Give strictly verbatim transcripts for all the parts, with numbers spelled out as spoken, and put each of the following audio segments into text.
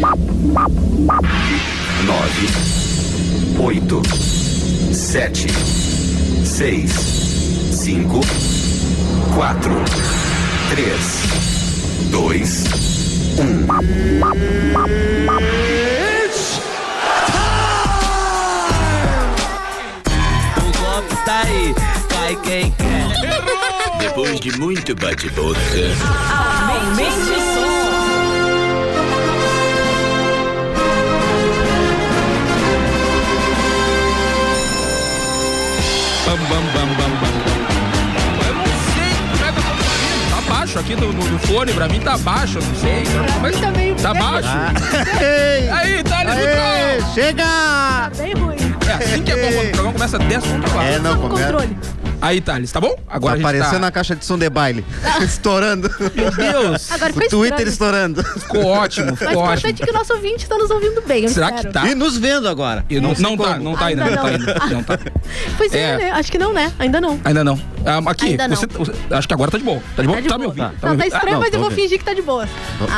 Nove, oito, sete, seis, cinco, quatro, três, dois, um. O golpe tá aí, cai quem quer. Depois de muito bate-boca, Aumente o som. Bam, bam, bam, bam, bam. Eu não sei como é que eu tô fazendo. Tá baixo aqui no, no, no fone, pra mim tá baixo, eu não sei. Pra mim tá meio Tá bem- baixo? Ah. Aí, tá ali Aê, no chega! Tá bem ruim. É assim que é bom, quando o programa começa descontrolado. É, não, Só no começa. controle. Aí, Thales, tá bom? Agora Tá a gente aparecendo tá... na caixa de som de baile. Estourando. Meu Deus, Agora O ficou Twitter estranho. estourando. ficou ótimo, Mas ficou o ótimo. importante é que o nosso ouvinte tá nos ouvindo bem, eu Será espero. que tá? E nos vendo agora. Eu não, sei não tá, como. não tá ainda, Ainda não tá não. ainda. Não tá. Pois é, É. né? Acho que não, né? Ainda não. Ainda não. Ah, aqui, Ainda não. você, você- acho que agora tá de boa. Tá de boa? Tá de Tá me boa. ouvindo? Não, me tá ouvindo? estranho, Ah, não, mas eu tô vou ouvindo. fingir que tá de boa.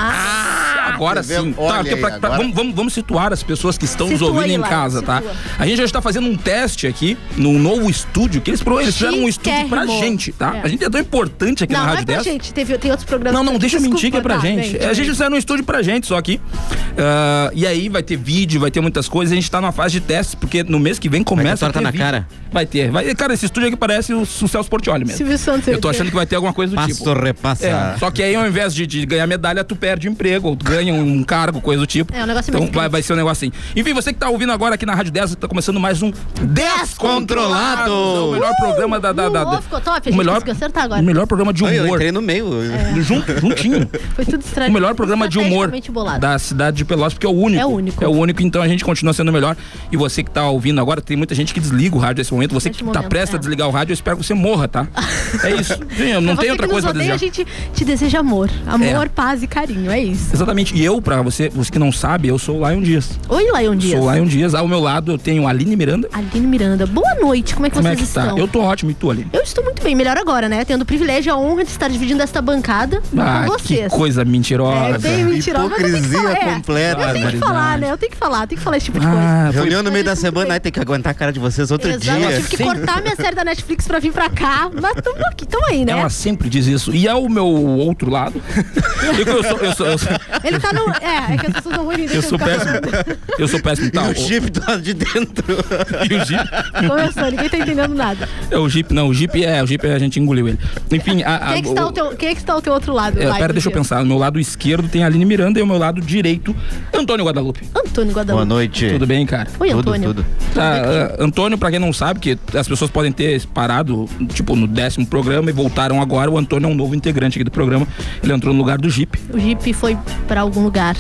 Ah, Ah, agora Você vê? sim. Olha Tá, porque aí, pra- pra- agora. vamos, vamos, vamos situar as pessoas que estão nos Situa ouvindo aí, em Lara, casa, tá? situa. A gente já está fazendo um teste aqui no novo estúdio, que eles, pro- eles fizeram um estúdio pra Chiquérrimo. gente, tá? É. A gente é tão importante aqui não, na não é Rádio pra dez. gente. Teve, tem outros programas. Não, não, deixa eu Desculpa, mentir que é pra tá, gente. vem, a gente vem. fizeram um estúdio pra gente só aqui. Ah, e aí vai ter vídeo, vai ter muitas coisas. A gente tá numa fase de teste, porque no mês que vem começa Vai a ter torta ter na vídeo. cara? Vai ter. Vai, cara, esse estúdio aqui parece o, o Celso Portiolli mesmo. Silvio Santos. Eu tô achando que vai ter alguma coisa do Passo tipo. repassa. É, só que aí ao invés de, de ganhar medalha, tu perde emprego, ou tu ganha um cargo, coisa do tipo. É, um negócio Então mais vai, crítico. vai ser um negócio assim. Enfim, você que tá ouvindo agora aqui na Rádio dez, tá começando mais um Descontrolado. Descontrolado. O melhor programa da... da, da, Uh, da ficou top, a o gente melhor, conseguiu acertar agora. o melhor programa de Oi, eu humor. entrei no meio. Junto, juntinho. Foi tudo estranho. O melhor programa de humor Estrategicamente bolado. da cidade de Pelotas, porque é o único. É o único. É o único, então a gente continua sendo o melhor. E você que tá ouvindo agora, tem muita gente que desliga o rádio nesse momento. Você Nesse que tá momento, prestes é. a desligar o rádio, eu espero que você morra, tá? É isso. Sim, não Pra tem você outra que coisa nos pra odeia, desejar. a gente te deseja amor. Amor, É. paz e carinho, é isso. Exatamente. E eu, pra você, você que não sabe, eu sou o Lion Dias. Oi, Lion Dias. Sou o Lion Dias. Ao meu lado eu tenho a Aline Miranda. Aline Miranda. Boa noite, como é que Como é vocês que tá? estão? Eu tô ótimo, e tu, Aline? Eu estou muito bem, melhor agora, né? Tendo o privilégio e a honra de estar dividindo esta bancada Ah, com que vocês. coisa É, mentirosa. eu tenho mentirosa, mas eu tenho que Hipocrisia falar, é. completa. Eu tenho que Barbaridade. falar, né? Eu tenho que falar, tenho que falar esse tipo de coisa. Ah, foi... Reunião no meio da Muito semana, bem. aí tem que aguentar a cara de vocês outro Exato, dia. eu tive que Sim. cortar minha série da Netflix pra vir pra cá, mas tamo aqui, tamo aí, né? Ela sempre diz isso. E ao meu outro lado. eu, eu sou, eu sou, eu sou, Ele tá no... É, é que as pessoas não vão entender. eu sou péssimo. Eu sou péssimo. Tá, E o Jeep do lado de dentro. E o Jeep? Começou, ninguém tá entendendo nada. É o Jeep, não, o Jeep é, o Jeep a gente engoliu ele. Enfim, a, a, Quem é que está ao teu, quem é que está ao teu outro lado? é, Lion pera, deixa eu Dias? pensar. No meu lado esquerdo tem a Aline Miranda e o meu lado direito, Antônio Guadalupe. Antônio Guadalupe. Boa noite. Tudo bem, cara? Oi, Tudo, Antônio. tudo. Tá, ah, Antônio, pra quem não sabe, que as pessoas podem ter parado, tipo, no décimo programa e voltaram agora. O Antônio é um novo integrante aqui do programa. Ele entrou no lugar do Jeep. O Jeep foi pra algum lugar.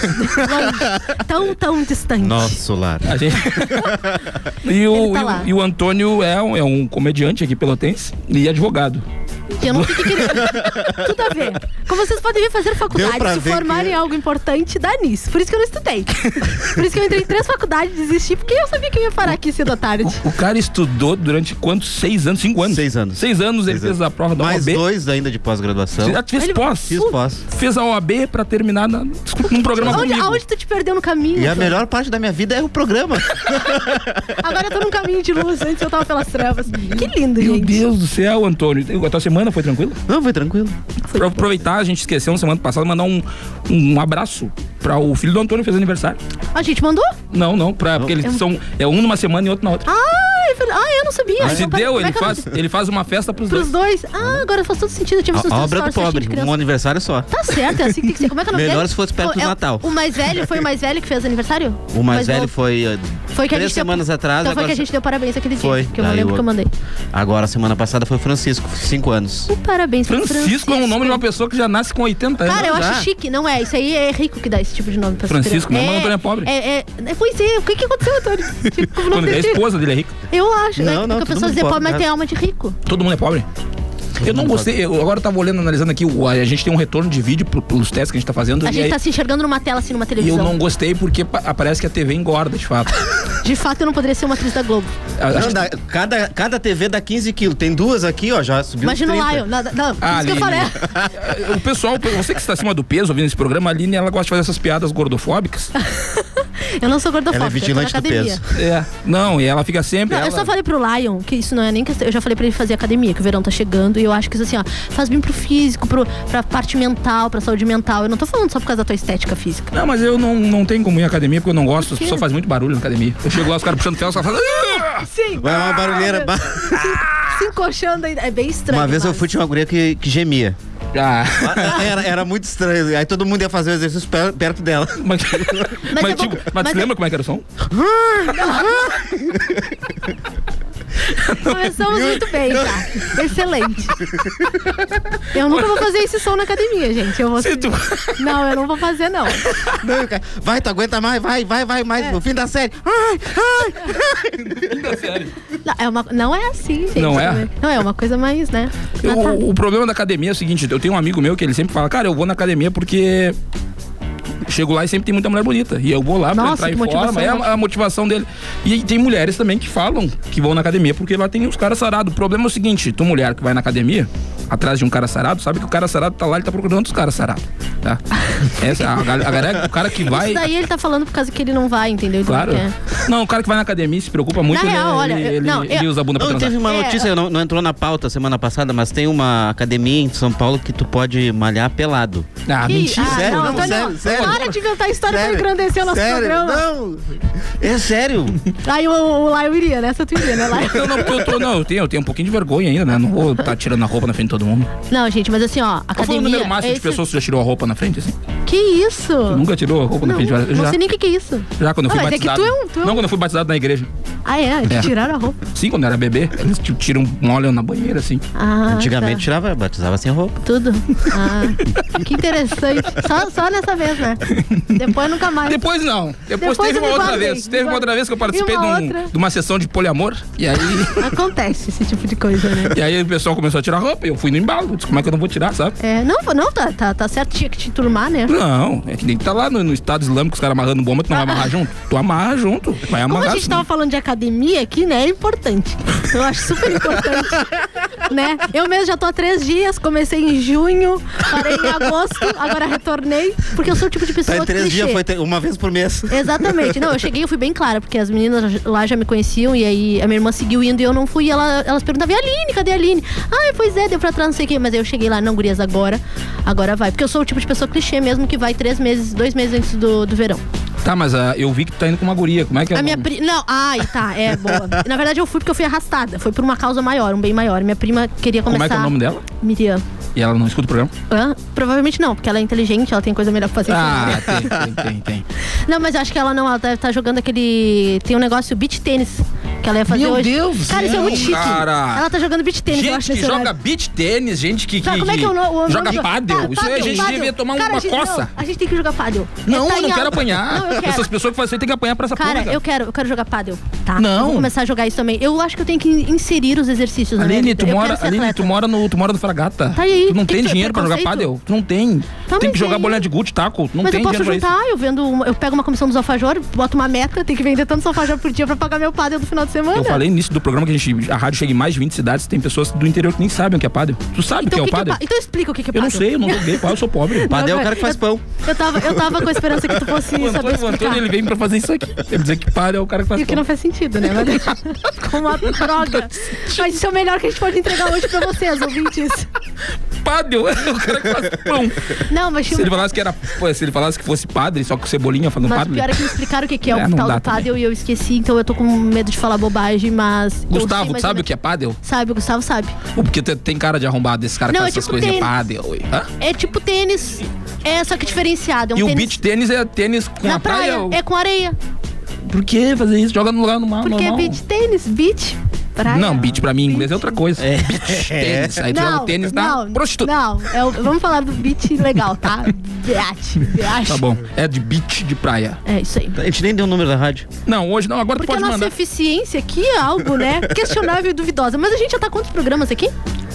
Longe. Tão, tão distante. Nosso lar. A gente... e, o, Ele tá e o- lá. e o Antônio é um, é um comediante aqui pelotense e advogado. Que eu não sei o que que ele... Tudo a ver. Como vocês podem vir fazer faculdade, pra se ver formarem que- em algo importante, dá nisso. Por isso que eu não estudei. Por isso que eu entrei em três faculdades, desisti, porque eu sabia que eu ia parar aqui cedo à tarde. O cara estudou durante quantos? Seis anos? Cinco anos? Seis anos. Seis anos ele Seis fez a prova da Mais O A B. dois ainda de pós-graduação. Já fez Ele- pós. Fiz pós. Fez a O A B pra terminar na, num programa Aonde, comigo. aonde tu te perdeu no caminho? E a Antônio? melhor parte da minha vida é o programa. Agora eu tô num caminho de luz, antes eu tava pelas trevas. Que lindo, Meu gente. Deus do céu, Antônio. A tua semana foi tranquila? Não, foi tranquilo. Pra aproveitar, a gente esqueceu na semana passada mandar um, um abraço pra o filho do Antônio que fez aniversário. A gente mandou? Não, não, pra, porque eles são. É um numa semana e outro na outra. Ah, é verdade. Ah, eu não sabia. Se Então, deu, como é ele que eu- faz, ele faz uma festa pros, Pros dois. dois. Ah, agora faz todo sentido. Eu tinha visto os A teus obra do stories, cheio pobre. de criança. Um aniversário só. Tá certo, é assim que tem que ser. Como é que é o nome Melhor dele? se fosse perto Pô, do é o- Natal. O mais velho, foi o mais velho que fez aniversário? O mais velho foi uh, Foi que a três gente deu- semanas atrás. Então foi agora que a gente deu parabéns aquele dia. Foi. Que eu não Daí lembro o- que eu mandei. Agora, semana passada, foi Francisco, cinco anos. Um parabéns pro Francisco é o nome de uma pessoa que já nasce com oitenta anos. Cara, eu já. acho chique. Não é, isso aí é rico que dá esse tipo de nome pra Francisco, criança. mas o Antônio é pobre. É, é, é, pois é, o que que aconteceu, Antônio? Tipo, como não Quando a tem- esposa dele é rica. Eu acho, Não, né? não, Porque a todo pessoa mundo dizer pobre, pobre, mas né? tem alma de rico. Todo mundo é pobre. Eu não gostei, eu agora tava olhando, analisando aqui, o- a gente tem um retorno de vídeo pro- pelos testes que a gente tá fazendo. A e gente aí- tá se enxergando numa tela, assim, numa E eu televisão. não gostei porque pa- parece que a T V engorda, de fato. De fato, eu não poderia ser uma atriz da Globo. A- Não, acho que- dá- cada, cada T V dá quinze quilos. Tem duas aqui, ó, já subiu Imagina o trinta. Lion. Não, não, Ah, isso que eu falei. Aline. O pessoal, você que está acima do peso ouvindo esse programa, a Aline, ela gosta de fazer essas piadas gordofóbicas. Eu não sou gordofóbica. Ela é vigilante eu do tô na academia. peso. É. Não, e ela fica sempre. Não, ela... eu só falei pro Lion que isso não é nem questão. Eu já falei pra ele fazer academia, que o verão tá chegando. E eu acho que isso assim, ó, faz bem pro físico, pro, pra parte mental, pra saúde mental. Eu não tô falando só por causa da tua estética física. Não, mas eu não, não tenho como ir à academia porque eu não gosto. As quê? pessoas fazem muito barulho na academia. Eu chego lá, os caras puxando ferro, os caras falam. "Ah!" Sim. Vai uma barulheira. ba- Se encoxando ainda. É bem estranho. Uma vez eu mas- fui, tinha uma guria que, que gemia. Ah. Era, era muito estranho. Aí todo mundo ia fazer o exercício per- perto dela. Mas, mas, é bom- tipo, mas, mas tu é- lembra como é que era o som? Começamos muito bem, tá? Excelente. Eu nunca vou fazer esse som na academia, gente. Eu vou... Se tu- Não, eu não vou fazer, não. Não, cara, vai, tu aguenta mais, vai, vai, vai mais. No fim da série. Ai, ai. Sério. Não é, uma... não é assim, gente. Não é? Não, é uma coisa mais, né? Eu- Ah, tá. o, o problema da academia é o seguinte, eu tenho um amigo meu que ele sempre fala, cara, eu vou na academia porque chego lá e sempre tem muita mulher bonita. E eu vou lá pra Nossa, entrar em que motivação, forma, é a, a motivação dele. E aí tem mulheres também que falam que vão na academia porque lá tem os caras sarados. O problema é o seguinte, tu mulher que vai na academia, atrás de um cara sarado, sabe que o cara sarado tá lá, ele tá procurando outros caras sarados, tá? Essa, a, gal- a galera, o cara que vai... Isso daí ele tá falando por causa que ele não vai, entendeu? Ele Claro. não quer. Não, o cara que vai na academia se preocupa muito, Na ele, real, olha, ele, eu- ele- não, ele eu- usa a bunda pra Não, transar. teve uma É. notícia, não, não entrou na pauta semana passada, mas tem uma academia em São Paulo que tu pode malhar pelado. Ah, Ih, mentira. ah, sério, não, não, Antônio, sério, sério. Para de inventar história pra Sério? engrandecer o nosso Sério? programa. Não, é sério. Aí o, o Lion iria, né? Essa tu iria, né, Lion? Não, não, porque eu tô, não, eu tenho, eu tenho um pouquinho de vergonha ainda, né? Não vou estar tirando a roupa na frente de todo mundo. Não, gente, mas assim, ó, Qual foi o academia... número máximo é de esse- pessoas que já tirou a roupa na frente, assim? Que isso? Tu nunca tirou a roupa na Não, frente? Eu não já, sei nem o que que é isso. já quando eu fui Ah, mas é que batizado. tu é um- tu é um- Não, quando eu fui batizado na igreja. Ah, é? De É. tiraram a roupa. Sim, quando eu era bebê, eles tipo, tiram, molham na banheira, assim. Ah, Antigamente tá. tirava, batizava sem roupa. Tudo. Ah, que interessante. Só, só nessa vez, né? Depois nunca mais. Depois não. Depois, Depois teve eu uma me outra guardei, vez. me Teve uma guardei. outra vez que eu participei E de, uma um- outra? de uma sessão de poliamor. E aí, Acontece esse tipo de coisa, né? e aí o pessoal começou a tirar a roupa. E eu fui no embalo. Disse, como é que eu não vou tirar, sabe? É, não, não, tá, tá, tá certo, tinha que te turmar, né? Não, é que nem que tá lá no, no Estado Islâmico, os caras amarrando bomba, tu não vai amarrar junto? Tu amarra junto. Vai Como amarrar a gente sim. tava falando de academia aqui, né? É importante. Eu acho super importante. Né? Eu mesmo já tô há três dias, comecei em junho, parei em agosto, agora retornei, porque eu sou o tipo de pessoa Tá em três clichê. dias, foi te- uma vez por mês. Exatamente. Não, eu cheguei, eu fui bem clara, porque as meninas lá já me conheciam e aí a minha irmã seguiu indo e eu não fui. E ela, elas perguntavam, e a Aline, cadê a Aline? Ai, pois é, deu pra trás, não sei o quê. Mas aí eu cheguei lá, não, gurias, agora, agora vai. Porque eu sou o tipo de pessoa clichê mesmo que vai três meses, dois meses antes do, do verão. Tá, mas ah, eu vi que tu tá indo com uma guria. Como é que é A o minha nome? prima. Não, ai, tá, é boa. Na verdade, eu fui porque eu fui arrastada. Foi por uma causa maior, um bem maior. Minha prima queria começar. Como é que é o nome dela? Miriam. E ela não escuta o programa? Hã? Provavelmente não, porque ela é inteligente, ela tem coisa melhor pra fazer. Ah, tem, tem, tem, tem. Não, mas eu acho que ela não, ela deve estar jogando aquele. Tem um negócio beach tênis que ela ia fazer Meu hoje. Deus do Cara, isso é céu, muito chique. cara. Ela tá jogando beach tênis, eu acho, Gente que nesse joga horário. beach tênis, gente que, que, Tá, como é que é o no- o joga nome? pádel. Tá, Isso aí a pádel, gente pádel. devia tomar Cara, uma a gente, coça. Não, a gente tem que jogar pádel. Não, É, tá eu não em quero alta. apanhar. Não, eu quero. Essas pessoas que fazem isso aí tem que apanhar pra essa Cara, porra. eu quero, eu quero jogar pádel, tá? Não. Eu vou começar a jogar isso também. Eu acho que eu tenho que inserir os exercícios na minha Aline, vida. tu Eu mora, quero ser Aline, atleta. tu mora no, tu mora no Fragata. Tá aí, Tu não que tem que tu- dinheiro pra jogar preconceito? pádel? Tu não tem. Tá, tem mas que jogar e aí? bolinha de gude, taco. Tu não Mas tem eu posso dinheiro pra isso. juntar, eu vendo, uma- eu pego uma comissão dos alfajor, boto uma meta, tem que vender tantos alfajor por dia pra pagar meu pádel do final de semana. Eu falei nisso do programa que a gente, a rádio chega em mais de vinte cidades, tem pessoas do interior que nem sabem o que é pádel. Tu sabe Então, o o que é o que que é pádel? pá- então explica o que que é Eu pádel. não sei, eu não joguei, pá, eu sou pobre. Padel é o cara que faz eu, pão. Eu tava, eu tava com a esperança que tu fosse O saber Antônio, o explicar. Antônio, ele vem pra fazer isso aqui. Quer dizer que pádel é o cara que faz E o que pão. não faz sentido, né? Mas deixa. Como uma droga. Mas isso é o melhor que a gente pode entregar hoje pra vocês, ouvintes. Pádel é o cara que faz pão. Não, mas Se ele falasse que era, pô, se ele falasse que fosse padre, só com cebolinha fazendo Mas o padre. pior é que me explicaram o que que é, É, o não tal dá do pádel e eu esqueci, então eu tô com medo de falar bobagem, mas... eu sei Gustavo, mais sabe ou o que é pádel? menos. Sabe, o Gustavo sabe. Pô, porque tem- tem cara de arrombado desse cara que Não, faz é essas tipo coisinhas tênis. pádel. ui. Hã? É tipo tênis, é só que diferenciado. É um E o tênis beach tênis é tênis com na a praia? praia, ou- é com areia. Por que fazer isso? Joga no lugar no mar Porque normal. é beach tênis, beach, praia. Não, beach pra mim em inglês é outra coisa. É. Beach tênis. Aí tu joga o tênis na não, prostituta. Não, é o- vamos falar do beach legal, tá? Beach, beach. Tá bom. É de beach de praia. É isso aí. A gente nem deu o número da rádio. Não, hoje não. Agora tu Porque a pode nossa mandar. eficiência aqui é algo, né, questionável e duvidosa. Mas a gente já tá quantos programas aqui?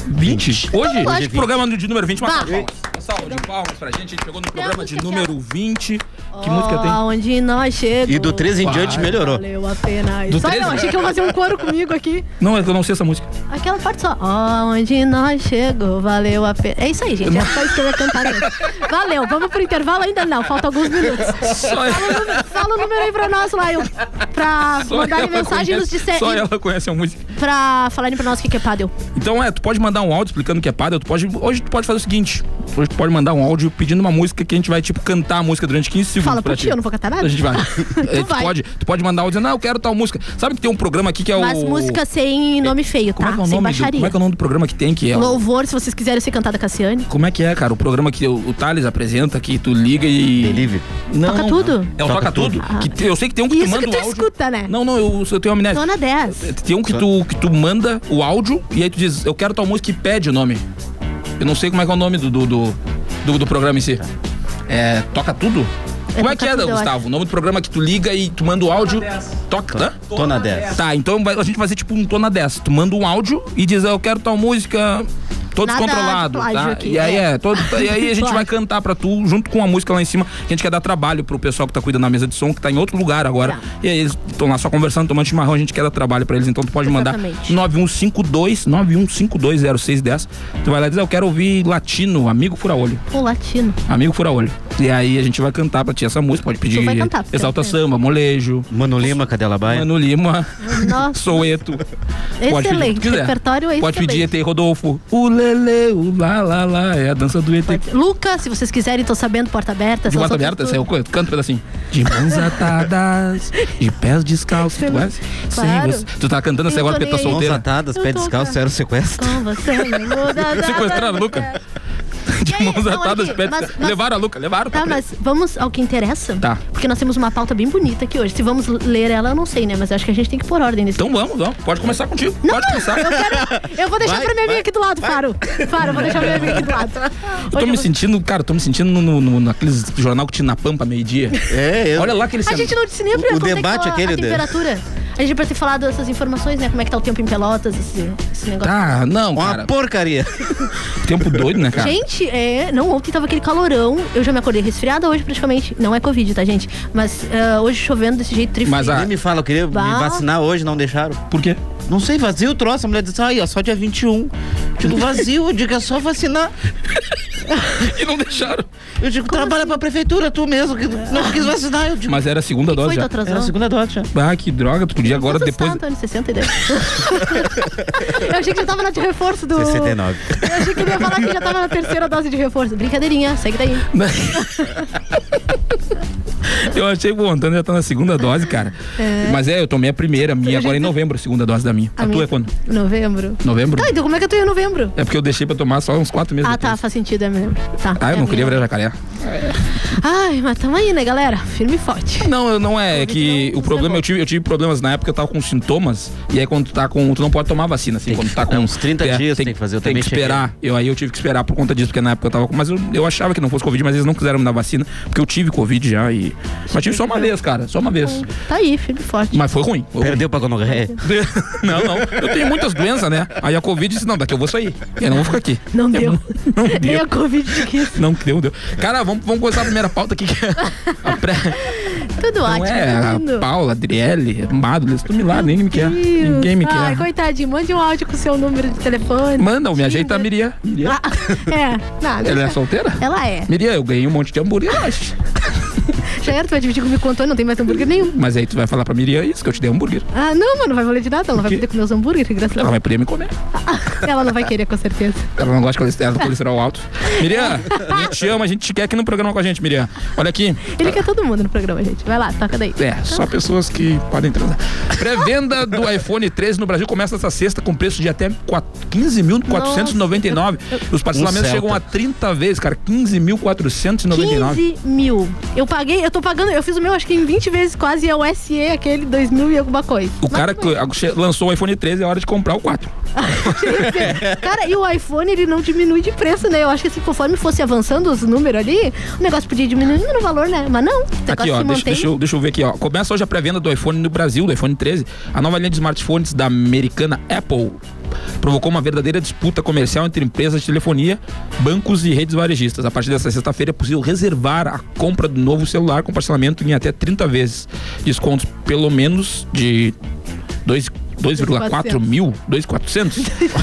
vinte? Hoje? Então, Hoje é programa de número vinte. Uma Tá. salva de palmas. Uma salva de palmas pra gente. A gente pegou no programa de número vinte. Que música tem? Onde nós chegamos. E do treze em diante melhorou. Valeu a pena. Do Só treze? não, achei que eu ia fazer um coro comigo aqui. Não, é que eu não sei essa música. Aquela parte só. Onde nós chegou, valeu a pena. É isso aí, gente. É só isso que eu ia cantar mesmo. Valeu, vamos pro intervalo ainda não, falta alguns minutos. Só Fala o número, fala o número aí pra nós lá, eu, pra Só mandarem ela mensagem e nos conhece- disser. Só e- ela conhece a música. Pra falarem pra nós o que que é pádel. Então é, tu pode mandar um áudio explicando o que é pádel, tu pode, hoje tu pode fazer o seguinte, hoje tu pode mandar um áudio pedindo uma música que a gente vai, tipo, cantar a música durante quinze segundos Fala pra por ti, eu não vou cantar nada. A gente vai. É, tu, vai. pode, tu pode mandar áudio dizendo, ah, eu quero tal música. Sabe que tem um programa aqui que é o... Mas música sem nome feio, Como tá? é que é o Sem nome do, baixaria. como é que é o nome do programa que tem, que é o... Louvor, se vocês quiserem ser cantada Cassiane. Como é que é, cara? O programa que o, o Thales apresenta, que tu liga e... Delivery. Não, Toca não, tudo? não. É o Toca, Toca Tudo. Ah. Que te- eu sei que tem um que tu Isso manda que tu o áudio... escuta, né? Não, não, eu, eu tenho amnésia. Dona dez. Tem um que tu, que tu manda o áudio e aí tu diz, eu quero tal música e pede o nome. Eu não sei como é que é o nome do, do, do, do, do programa em si. É, Toca Tudo? Como é que é, Toca Tudo, eu Gustavo? O nome do programa que tu liga e tu manda o áudio. Toca, hã? Tô na dez. Tá, então vai- a gente vai fazer tipo um Tona dez. Tu manda um áudio e diz, eu quero tal música, todo Nada descontrolado, de plágio tá? aqui, E aí é. é, todo, e aí a gente Plágio. vai cantar pra tu, junto com a música lá em cima, que a gente quer dar trabalho pro pessoal que tá cuidando da mesa de som, que tá em outro lugar agora. Tá. E aí eles estão lá só conversando, tomando chimarrão, a gente quer dar trabalho pra eles, então tu pode mandar Exatamente. nove um cinco dois, nove um cinco dois zero seis um zero. Tu vai lá e diz, eu quero ouvir latino, Amigo Fura-Olho. O latino. Amigo Fura-Olho. E aí a gente vai cantar pra ti essa música, pode pedir Tu vai cantar, porque Exalta é- Samba, Molejo, Mano Lima, cadê ela Baia? Mano Lima, Nossa, Soueto. Pode pedir o que excelente. tu quiser. Repertório é Pode excelente. pedir E T Rodolfo. O Lele, o lá, lá, lá. É a dança do E T. Luca, se vocês quiserem, tô sabendo, porta aberta. De são porta só aberta, tudo. essa é o canto, canto um pedacinho. De mãos atadas, de pés descalços. Tu conhece? Claro. Sim, você- tu tá cantando essa Eu agora tô porque tá nem aí. Mãos solteira. atadas, Eu pé tô descalço, ca- era o sequestro. Com você, me muda da- Sequestraram a Luca? De E aí, mãos não, atadas, aqui, pés mas- descalços. mas- Levaram a Luca, levaram. Tá, preso. mas vamos ao que interessa? Tá. Porque nós temos uma pauta bem bonita aqui hoje. Se vamos ler ela, eu não sei, né? Mas eu acho que a gente tem que pôr ordem nesse. Então vamos, vamos. Pode começar contigo. Não, Pode começar. eu quero. Eu vou deixar Vai, pra minha amiga vai, aqui do lado, Faro. Faro, eu vou deixar pra minha amiga aqui do lado. Eu tô Hoje me vou- sentindo, cara, eu tô me sentindo no, no, no- naqueles jornal que tinha na Pampa, meio-dia. É, eu. Olha lá aquele A gente não disse nem O- pra o quanto é que debate tá aquele a de- temperatura. A gente precisa ter falado dessas informações, né? Como é que tá o tempo em Pelotas, esse, esse negócio. Tá, não, Uma cara. porcaria. Tempo doido, né, cara? Gente, é. Não, ontem tava aquele calorão. Eu já me acordei resfriada hoje, praticamente. Não é Covid, tá, gente? Mas ah, hoje chovendo desse jeito trifrio. Mas a- Nem me fala, eu queria me Bah. vacinar hoje, não deixaram. Por quê? Não sei, vazio o troço. A mulher disse, aí, ó, só dia vinte e um. Digo, vazio, eu digo, é só vacinar. E não deixaram. Eu digo, trabalha pra prefeitura, tu mesmo, que não quis vacinar. Eu digo, Mas era a segunda que dose foi, tu já. atrasou? era a segunda dose já. Ah, que droga, tu podia agora Quantos depois. tá, Antônio? sessenta e dez. Eu achei que já tava na de reforço do... sessenta e nove. Eu achei que ele ia falar que já tava na terceira dose de reforço. Brincadeirinha, segue daí. Eu achei que o Antônio já tá na segunda dose, cara. Mas é, eu tomei a primeira, a minha Eu agora já em tô- novembro, a segunda dose da minha. A, A tua minha- é quando? Novembro. Novembro? Tá, então como é que eu tô em novembro? É porque eu deixei pra tomar só uns quatro meses Ah, tá, depois. faz sentido, é mesmo. Tá. Ah, eu é não queria mesmo. virar jacaré. Ai, mas tamo aí, né, galera? Firme e forte. Não, eu- não é, é que não o problema, levou. eu tive, eu tive problemas na época, eu tava com sintomas, e aí quando tu tá com, tu não pode tomar vacina, assim, Tem quando que- tu tá com... é uns trinta dias tem que fazer, eu tem também que cheguei. esperar, eu, aí eu tive que esperar por conta disso, porque na época eu tava com, mas eu, eu achava que não fosse Covid, mas eles não quiseram me dar vacina, porque eu tive Covid já, e... Mas tive só uma vez, cara, só uma vez. Tá aí, firme e forte. Mas foi ruim. Foi ruim. Perdeu pra gonorreia. Não, não. Eu tenho muitas doenças, né? Aí a Covid disse, não, daqui eu vou sair. E eu não vou ficar aqui. Não deu. Não Nem deu. a Covid de quis. Não deu, deu. Cara, vamos, vamos começar a primeira pauta aqui, que é a pré... Tudo Não ótimo. é tá lindo. a Paula, a Adriele, Madula, eles estão me lá, ninguém me quer. Deus. Ninguém me Ai, quer. coitadinho, mande um áudio com o seu número de telefone. Manda, me ajeita a Tinder. Miriam. Miriam. Ah, é, nada. Ela é solteira? Ela é. Miriam, eu ganhei um monte de hambúrguer, eu acho. Já era, tu vai dividir comigo com o Antônio, não tem mais hambúrguer nenhum. Mas aí tu vai falar pra Miriam isso, que eu te dei hambúrguer. Ah, não, mano, não vai valer de nada. Ela não vai quê? poder comer os hambúrgueres, graças a Ela Deus. vai poder me comer. Ela não vai querer, com certeza. Ela não gosta de colesterol, ela tem colesterol alto. Miriam, a gente te ama, a gente te quer aqui no programa com a gente, Miriam. Olha aqui. Ele quer todo mundo no programa, gente. Vai lá, toca daí. É, só pessoas que podem transar. Pré-venda do iPhone treze no Brasil começa essa sexta com preço de até quinze mil quatrocentos e noventa e nove. Os parcelamentos Um chegam a trinta vezes, cara. quinze mil quatrocentos e noventa e nove. quinze mil. Eu paguei, eu tô pagando, eu fiz o meu acho que em vinte vezes quase, e é o S E, aquele dois mil e alguma coisa. O cara que lançou o iPhone treze, é hora de comprar o quatro. Cara, e o iPhone, ele não diminui de preço, né? Eu acho que assim, conforme fosse avançando os números ali, o negócio podia diminuir no valor, né? Mas não, o negócio Aqui, ó, se deixa, mantém. deixa, eu, deixa eu ver aqui, ó. Começa hoje a pré-venda do iPhone no Brasil, do iPhone treze. A nova linha de smartphones da americana Apple provocou uma verdadeira disputa comercial entre empresas de telefonia, bancos e redes varejistas. A partir dessa sexta-feira é possível reservar a compra do novo celular com parcelamento em até trinta vezes. Descontos pelo menos de dois vírgula quatro mil, dois mil e quatrocentos.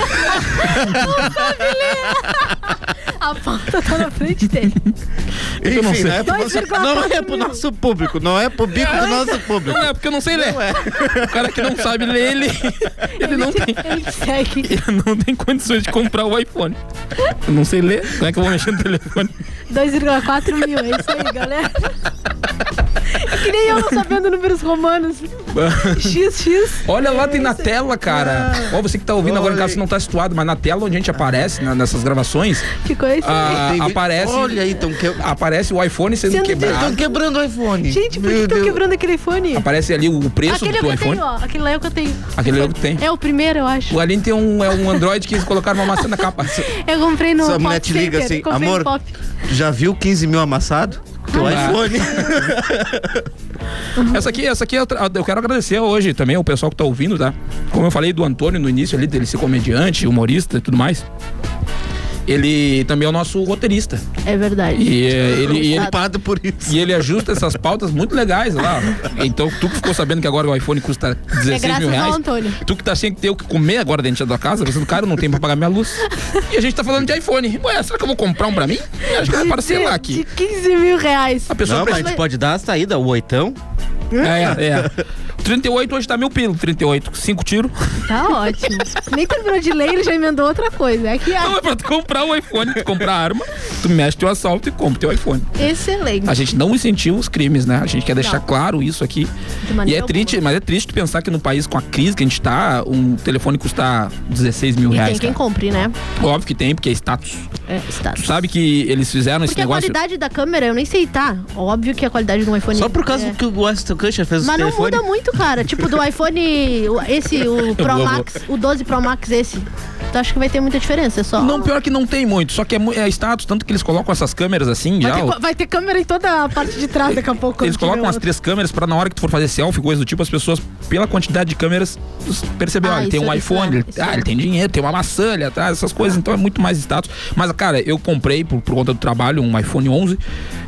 A pauta tá na frente dele. Enfim, não sei. não é pro nosso, não é pro nosso público, não é pro bico do nosso público. Não é porque eu não sei ler. O cara que não sabe ler, ele, ele não tem. Ele segue. Ele não tem condições de comprar o iPhone. Eu não sei ler. Como é que eu vou mexer no telefone? dois vírgula quatro mil, é isso aí, galera. É que nem eu não sabendo números romanos. X, X. Olha lá, tem na tela, cara. Ó, você que tá ouvindo agora em casa, você não tá situado, mas na tela onde a gente aparece, na, nessas gravações, Que coisa. ah, Tem- aparece, Olha aí, tão que... aparece o iPhone sendo, Sendo quebrado. Estão quebrando o iPhone. Gente, por que Meu estão Deus. quebrando aquele iPhone? Aparece ali o preço Aquele é do o teu que eu iPhone. tenho, ó. Aquele lá é o que eu tenho. Aquele é o que tem. É o primeiro, eu acho. O Aline tem um, é um Android que eles colocaram uma maçã na capa. Eu comprei no Sua Pop mulher te liga Center, assim, comprei no amor, Pop. já viu quinze mil amassado? Teu Ah. iPhone. Essa aqui, essa aqui eu, tra- eu quero agradecer hoje também ao pessoal que tá ouvindo, tá? Como eu falei do Antônio no início ali, dele ser comediante, humorista e tudo mais. Ele também é o nosso roteirista. É verdade. E, eh, ele, e, ele, Culpado por isso. e ele ajusta essas pautas muito legais lá. Então, tu que ficou sabendo que agora o iPhone custa É dezesseis graças mil ao reais. Antônio. Tu que tá sem ter o que comer agora dentro da tua casa, pensando, cara, eu não tenho pra pagar minha luz. E a gente tá falando de iPhone. Ué, será que eu vou comprar um pra mim? Eu acho que vai parcelar De aqui. quinze mil reais. A pessoa Não, mas a precisa... gente pode dar a saída, o oitão. É, é. trinta e oito hoje tá mil pilo, trinta e oito. Cinco tiros. Tá ótimo. Nem terminou de ler, ele já emendou outra coisa. É que Não, é é pra tu comprar o iPhone, tu comprar arma, tu mexe teu assalto e compra teu iPhone. excelente. A gente não incentiva os crimes, né? A gente quer deixar Não. claro isso aqui. De E maneira é triste, mas é triste tu pensar que no país com a crise que a gente tá, um telefone custa dezesseis mil E reais. tem quem cara. compre, né? Óbvio que tem, porque é status. É, status. Tu sabe que eles fizeram esse Porque a negócio. qualidade da câmera, eu nem sei, tá? Óbvio que a qualidade do iPhone... Só por causa é. que o Aston Kutcher fez o Mas não telefone. muda muito, cara. Tipo, do iPhone, o- esse, o Pro vou, Max, o doze Pro Max esse. Tu acha que vai ter muita diferença? É só... Não, pior que não tem muito, só que é, mu- é status, tanto que eles colocam essas câmeras assim, Vai já. ter, o- co- vai ter câmera em toda a parte de trás daqui a pouco. Eles quando colocam tiver as outro. três câmeras pra na hora que tu for fazer selfie, coisa do tipo, as pessoas, pela quantidade de câmeras, perceber, Ah, olha, ele tem isso- um isso iPhone, é, ele, isso ah, é. ele tem dinheiro, tem uma maçã ali atrás, essas coisas, então é muito mais status. Mas, cara, eu comprei por, por conta do trabalho um iPhone onze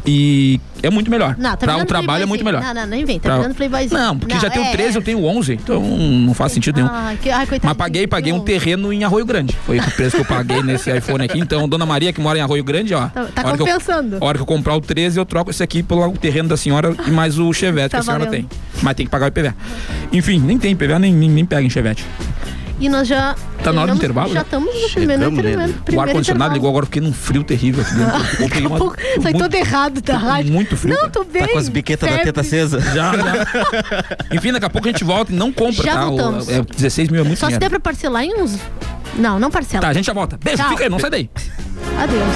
e é muito melhor. Não, tá pra o virando trabalho é muito melhor. Não, não, não inventa, tá Pra- virando playboyzinho. Não, porque já tem é, o treze, é. eu tenho o onze, então não faz sentido nenhum. Ai, que, ai, coitadinho. Mas paguei, paguei um Não. terreno em Arroio Grande. Foi o preço que eu paguei nesse iPhone aqui. Então, Dona Maria, que mora em Arroio Grande, ó. Tá- tá a hora que eu- compensando. A hora que eu comprar o treze, eu troco esse aqui pelo terreno da senhora e mais o Chevette Tá que a senhora valendo. tem. Mas tem que pagar o I P V A. Enfim, nem tem I P V A, nem, nem, nem pega em Chevette. E nós já... Tá na hora do terminamos- intervalo? Já estamos no primeiro Chegamos intervalo. nele. O primeiro ar-condicionado intervalo. ligou agora, eu fiquei num frio terrível aqui dentro. Eu peguei Daqui a uma- pouco tô sai muito- todo errado da tô com rádio. muito frio, Não, cara. tô bem. Tá com as biquetas da febre. teta acesa. Já, já. Enfim, daqui a pouco a gente volta e não compra, Já tá? O- voltamos. é, dezesseis mil é muito Só se dinheiro. der pra parcelar em uns... Não, não parcela. Tá, a gente já volta. Beijo, Tchau. fica aí, não sai daí. Adeus.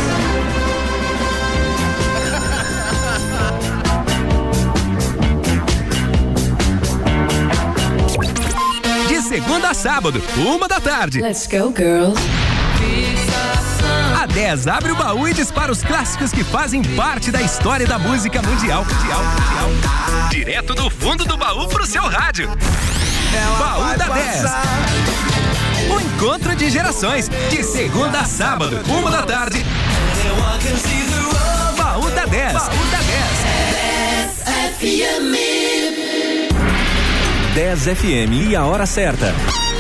De segunda a sábado, uma da tarde. Let's go, girl. A dez abre o baú e dispara os clássicos que fazem parte da história da música mundial. mundial, mundial. Direto do fundo do baú pro seu rádio. Baú da dez. O encontro de gerações, de segunda a sábado, uma da tarde. Baú da dez. Baú da dez. dez F M e a hora certa.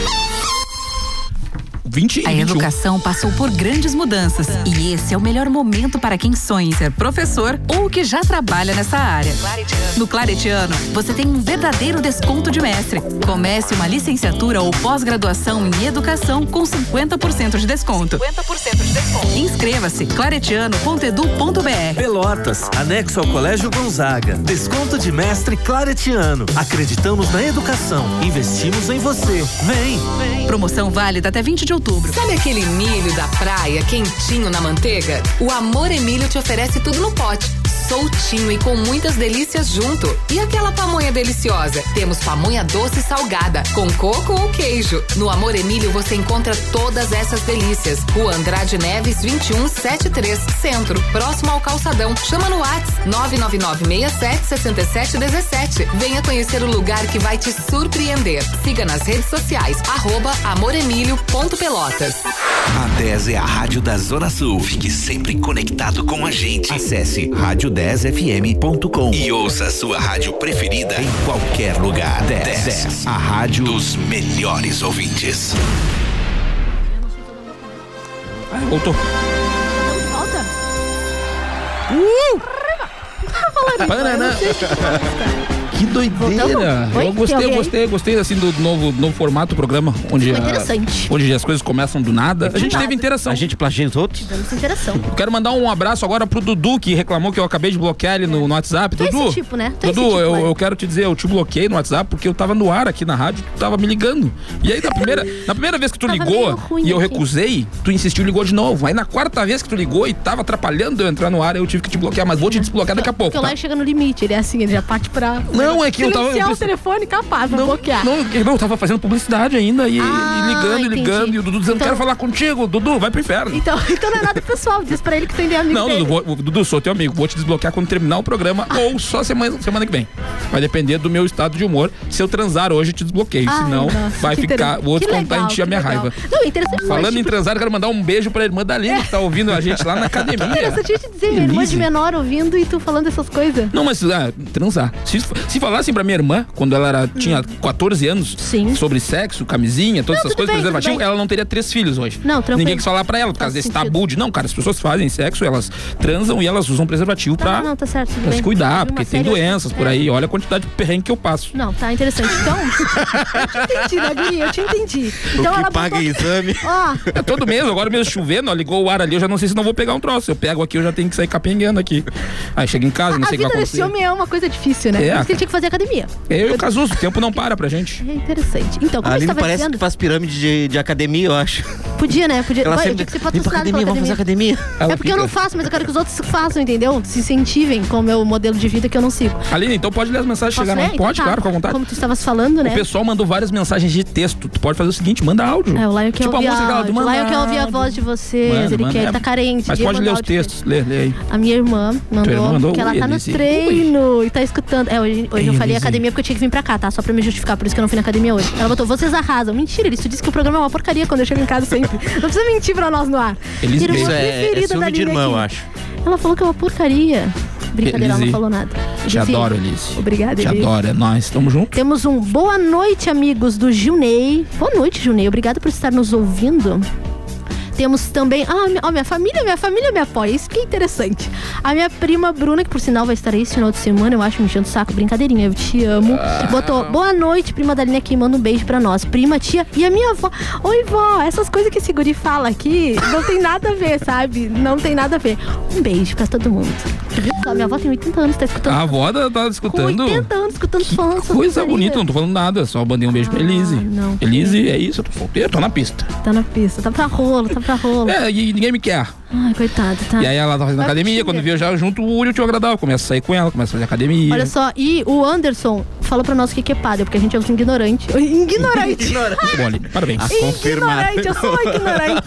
vinte e A vinte e um. educação passou por grandes mudanças e esse é o melhor momento para quem sonha em ser professor ou que já trabalha nessa área. No Claretiano, você tem um verdadeiro desconto de mestre. Comece uma licenciatura ou pós-graduação em educação com cinquenta por cento de desconto. cinquenta por cento de desconto. Inscreva-se claretiano ponto edu ponto br. Pelotas, anexo ao Colégio Gonzaga. Desconto de mestre claretiano. Acreditamos na educação. Investimos em você. Vem! Promoção válida até vinte de outubro. Sabe aquele milho da praia quentinho na manteiga? O Amor Emílio te oferece tudo no pote, soltinho e com muitas delícias junto. E aquela pamonha deliciosa? Temos pamonha doce e salgada, com coco ou queijo. No Amor Emílio você encontra todas essas delícias. Rua Andrade Neves, vinte e um setenta e três, Centro, próximo ao Calçadão. Chama no WhatsApp nove nove nove seis sete seis sete um sete. Venha conhecer o lugar que vai te surpreender. Siga nas redes sociais, arroba amoremílio.pelotas. A dez é a rádio da Zona Sul. Fique sempre conectado com a gente. Acesse rádio dez f m ponto com e ouça a sua rádio preferida em qualquer lugar. dez, a rádio dos melhores ouvintes. Ah, voltou. Volta. Uh! Banana. Que doideira! Oi, eu gostei, eu gostei, gostei assim do novo, novo formato do programa, onde, Foi interessante. A, onde as coisas começam do nada. A gente nada. teve interação. A gente plagia os outros. Tivemos interação. Eu quero mandar um abraço agora pro Dudu, que reclamou que eu acabei de bloquear ele no, no WhatsApp. Tu é Dudu, esse tipo, né? Tu é Dudu, esse tipo, eu, olha. eu quero te dizer, eu te bloqueei no WhatsApp porque eu tava no ar aqui na rádio, tu tava me ligando. E aí na primeira, na primeira vez que tu Tava ligou meio ruim e eu aqui. recusei, tu insistiu e ligou de novo. Aí na quarta vez que tu ligou e tava atrapalhando eu entrar no ar, eu tive que te bloquear, mas vou te desbloquear daqui a pouco. Porque o Tá? Lion chega no limite, ele é assim, ele já parte pra... Não, é que eu tava- Silenciar eu o telefone capaz, pra bloquear. Não, eu- não, eu tava fazendo publicidade ainda e, Ah, e ligando, e entendi. ligando, e o Dudu dizendo, Então- quero falar contigo, Dudu, vai pro inferno. Então, então não é nada pessoal, diz pra ele que tem de amigo Não, dele. Dudu, vou, Dudu, sou teu amigo, vou te desbloquear quando terminar o programa ou só semana, semana que vem. Vai depender do meu estado de humor. Se eu transar hoje, eu te desbloqueio, Ai, senão nossa, vai que ficar, interessante. vou Que descontar em legal, ti a que minha legal. raiva. Não, interessante. Falando mas, em tipo, transar, eu quero mandar um beijo pra irmã da Aline, que tá ouvindo a gente lá na academia. Interessante te dizer, minha irmã de Elise. menor ouvindo e tu falando essas coisas. Não, mas ah, transar. Se, se falassem pra minha irmã, quando ela era, tinha quatorze anos, Sim. sobre sexo, camisinha, todas Não, essas tudo coisas, bem, tudo preservativo, bem. ela não teria três filhos hoje. Não, tranquilo. Ninguém quis falar pra ela, por causa Faz desse sentido. tabu de, não, cara, as pessoas fazem sexo, elas transam e elas usam preservativo Tá, pra, não, não, tá certo, tudo pra bem. se cuidar, Uma porque tem série- doenças por é. aí. Olha a quantidade de perrengue que eu passo. Não, tá interessante. Então, eu te entendi, né, Gurinha? Eu te entendi. Então o que ela paga botou... exame. Ó, É todo mês, agora mesmo chovendo, ó, ligou o ar ali, eu já não sei se não vou pegar um troço. Eu pego aqui, eu já tenho que sair capengueando aqui. Aí chega em casa, não a sei o que vida vai desse acontecer. homem é uma coisa difícil, né? É. Por isso que ele tinha que fazer academia. Eu e o Casuso, o tempo não para pra gente. É interessante. Então, como A você Aline estava parece dizendo... que faz pirâmide de, de academia, eu acho. Podia, né? Podia. Ela Vai, sempre tinha que ser vem pra patrocinado academia, pela vamos fazer academia. academia. Ela É porque eu fica- não faço, mas eu quero que os outros façam, entendeu? Se incentivem com o meu modelo de vida que eu não sigo. Aline, então pode ler as mensagens Posso chegar ler? não? Então Pode, tá. claro, com a vontade. Como tu estavas falando, né? O pessoal mandou várias mensagens de texto. Tu pode fazer o seguinte, manda áudio. É, o Lion quer tipo ouvir a música áudio. aquela do O manda Lion quer ouvir a áudio. voz de vocês. Manda, ele manda. quer, ele É, tá carente. Mas de pode mandar ler os áudio pra ele. textos. Lê, lê aí. A minha irmã mandou, irmã mandou? que ela Ui, tá no Elise. treino e tá escutando. É, hoje, hoje eu Ei, falei Elise. academia porque eu tinha que vir pra cá, tá? Só pra me justificar, por isso que eu não fui na academia hoje. Ela botou, vocês arrasam. Mentira, Elis, tu disse que o programa é uma porcaria quando eu chego em casa sempre. Não precisa mentir pra nós no ar. Elise, Irmã isso é- é preferida ciúme da de Aline irmã, eu aqui. acho. Ela falou que é uma porcaria. Brincadeira, ela não Elise, falou nada. Te Elise, adoro, Elise. Obrigada, Te Elise. adoro, é nóis. Tamo junto. Temos um boa noite, amigos do Gilney. Boa noite, Gilney. Obrigada por estar nos ouvindo. Temos também... Ah, minha, ó, minha família, minha família me apoia. Isso que é interessante. A minha prima Bruna, que por sinal vai estar aí esse final de semana, eu acho, me enchendo o saco. Brincadeirinha, eu te amo. Botou, boa noite, prima da linha aqui, manda um beijo pra nós. Prima, tia e a minha avó. Oi, vó, essas coisas que esse guri fala aqui não tem nada a ver, sabe? Não tem nada a ver. Um beijo pra todo mundo. Viu só? Minha avó tem oitenta anos, tá escutando. A avó tá, tá Com escutando. oitenta anos, escutando fãs. essas Coisa porcaria. bonita, não tô falando nada. Só mandei um beijo pra Ah, Elise. não. Elise, é isso, eu tô solteiro, tô na pista. Tá na pista, tá pra rolo, tá pra rolo. É, e ninguém me quer. Ai, coitado, tá. E aí ela tá fazendo Vai pro academia, Tinder. quando viu já junto, o olho tio agradável. Começa a sair com ela, começa a fazer academia. Olha só, e o Anderson falou pra nós o que que é padel, porque a gente é os ignorantes. Ignorante! Bom, Aline, parabéns. Ignorante, eu sou ignorante.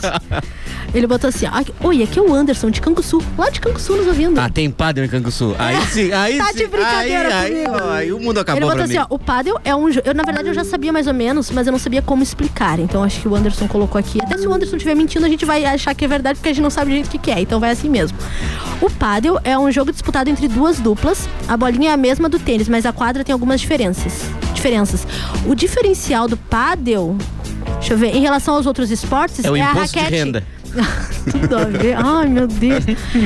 Ele botou assim, ó, oi, aqui é o Anderson de Canguçu, lá de Canguçu nos ouvindo. Ah, tem padel em Canguçu. Aí sim, aí Tá sim. de brincadeira aí, aí, comigo. ó, aí o mundo Ele acabou botou pra assim, mim. ó, o padel é um jogo. Eu, na verdade, eu já sabia mais ou menos, mas eu não sabia como explicar. Então, acho que o Anderson colocou aqui. Até se o Anderson estiver mentindo, a gente vai achar que é verdade, porque a gente não sabe direito o que, que é. Então, vai assim mesmo. O padel é um jogo disputado entre duas duplas. A bolinha é a mesma do tênis, mas a quadra tem algumas diferenças. Diferenças. O diferencial do padel, deixa eu ver, em relação aos outros esportes, É o a imposto de raquete. renda. Tudo a ver. Ai, meu Deus.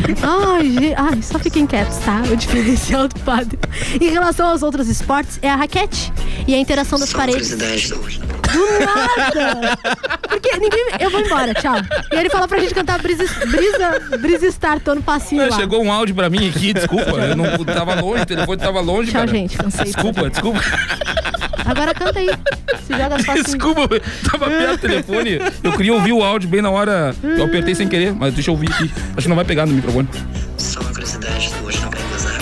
Ai, gente. Ai, só fiquem quietos, tá? O diferencial do padel. Em relação aos outros esportes, é a raquete e a interação das paredes. Do nada! Porque ninguém... Eu vou embora, tchau. E ele falou pra gente cantar Brisa, Brisa, Brisa Star, tô no passinho É, lá. chegou um áudio pra mim aqui, desculpa. Eu não tava longe, o telefone tava longe, Tchau, cara. gente, cansei. Desculpa, desculpa. Agora canta aí. Se joga as passinhas. Desculpa, tava perto do telefone. Eu queria ouvir o áudio bem na hora. Eu apertei sem querer, mas deixa eu ouvir aqui. Acho que não vai pegar no microfone. Só uma curiosidade, tu hoje não vai gozar.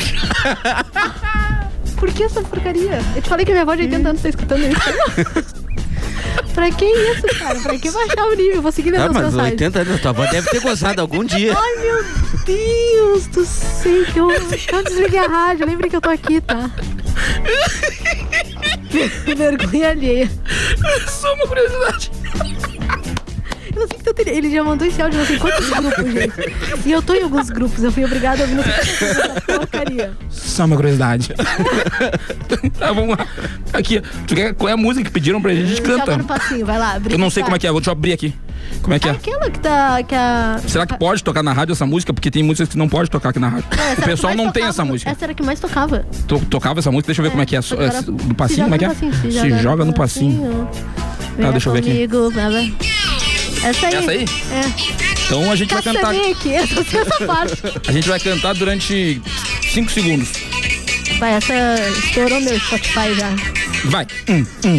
Por que essa porcaria? Eu te falei que a minha avó de oitenta anos tá escutando isso. Pra que isso, cara? Pra que baixar o nível? Eu vou seguir lendo Ah, as mas mensagens. oitenta anos, tua avó deve ter gozado algum dia. Ai, meu Deus do céu. Que eu, eu desliguei a rádio. Lembre que eu tô aqui, tá? Vergonha alheia. Só uma curiosidade. Eu não sei que tanto ele, ele já mandou esse áudio, não sei quantos grupos, gente. E eu tô em alguns grupos, eu fui obrigada a ouvir essa porcaria. Só uma curiosidade. Tá, vamos lá. Aqui, tu quer, qual é a música que pediram pra gente? A gente canta. Joga no passinho, vai lá. Eu não sei como é que é, vou te abrir aqui. Como é que é? Aquela que tá... Que a... Será que pode tocar na rádio essa música? Porque tem músicas que não pode tocar aqui na rádio. É, o pessoal não tem essa música. Essa era a que mais tocava. To, tocava essa música, deixa eu ver É, como é que é. só que agora Do passinho, como é que é? passinho, Se, se joga no passinho. Tá, deixa eu ver aqui. Comigo, essa aí. Essa aí? É. Então a gente vai cantar. Aqui, essa, essa parte. A gente vai cantar durante cinco segundos. Vai, essa estourou meu Spotify já. Vai. Hum, hum.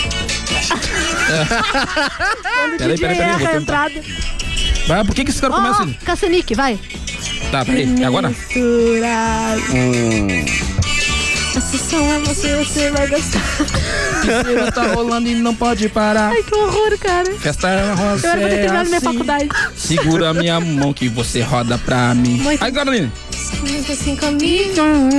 Quando o Peraí, D J peraí, peraí, erra vou a tentar. entrada. Vai, por que que esse cara Ó, começa? ó, Caça-Nique, vai. Tá, peraí, é agora? Misturado. Hum. Essa sessão é você, você vai gostar. Piscina tá rolando e não pode parar. Ai, que horror, cara. Festa roça Eu era pra ter é terminado minha assim. faculdade. Segura a minha mão que você roda pra mim. Muito. Aí, Caroline. Muito assim comigo.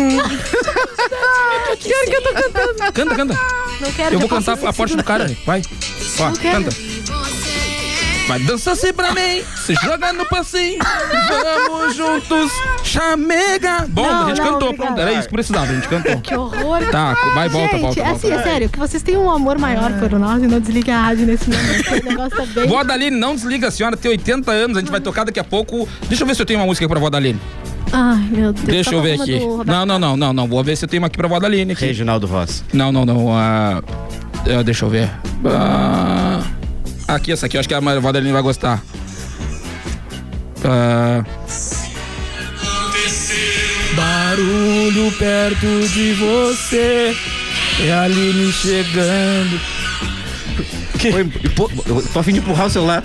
Pior que eu tô cantando. Canta, canta. Não quero. Eu vou já cantar faço a isso. parte do cara. Vai. Ó, Não quero. canta. Vai, dança assim pra mim, se joga no passinho. Vamos juntos, chamega. Bom, Não, a gente não, cantou, obrigada. pronto. Era isso que precisava, a gente cantou. Que horror. Tá, vai, volta, Gente, volta, é volta. assim, é sério, que vocês têm um amor maior por nós e não desliguem a rádio nesse momento. O negócio tá bem... Vó Daline, não desliga, a senhora tem oitenta anos, a gente vai tocar daqui a pouco. Deixa eu ver se eu tenho uma música pra Vó Daline. Ai, meu Deus. Deixa tá eu ver uma aqui. do Roberto Não, não, não, não, não. Vou ver se eu tenho uma aqui pra Vó Daline aqui. Reginaldo Voz. Não, não, não. ah, ah, deixa eu ver. Ah, aqui, essa aqui, eu acho que a Vó Daline vai gostar. Ah, barulho perto de você. É a Aline chegando. Foi, pô, eu tô a fim de empurrar o celular.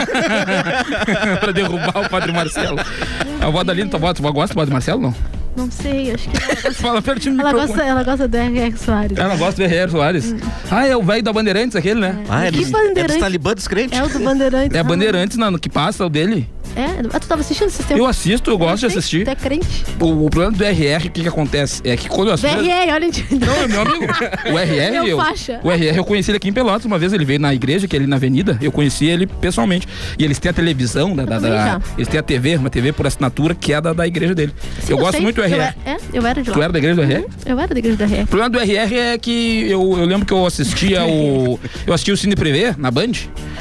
Pra derrubar o Padre Marcelo. A Vó Daline, tua avó, tu gosta do Padre Marcelo, não? Não sei, acho que ela gosta, Fala pertinho do ela microfone. gosta, ela gosta do R R Soares. Ela gosta do R R Soares. Ah, é o velho da Bandeirantes, aquele, né? Ah, é Que dos, é Bandeirantes? dos talibã dos crentes. É o do Bandeirantes. É a Bandeirantes, não, que passa o dele. É? Ah, tu tava assistindo esse tempo? Eu assisto, eu gosto de assistir. Tu é crente? O, o problema do R R, o que que acontece? É que quando eu Do assisto... R R, olha onde... Não, é meu amigo. O R R, Meu eu, faixa. o R R eu conheci ele aqui em Pelotas uma vez, ele veio na igreja, que é ali na avenida, eu conheci ele pessoalmente. E eles têm a televisão, da, da, também da- já. eles têm a T V, uma T V por assinatura, que é da, da igreja dele. Sim, eu gosto sei. muito do R R. Eu, é, eu era de lá. Tu era da igreja do R R? Eu era da igreja do R R. O problema do R R é que eu, eu lembro que eu assistia o. Eu assistia o Cine Privé na Band.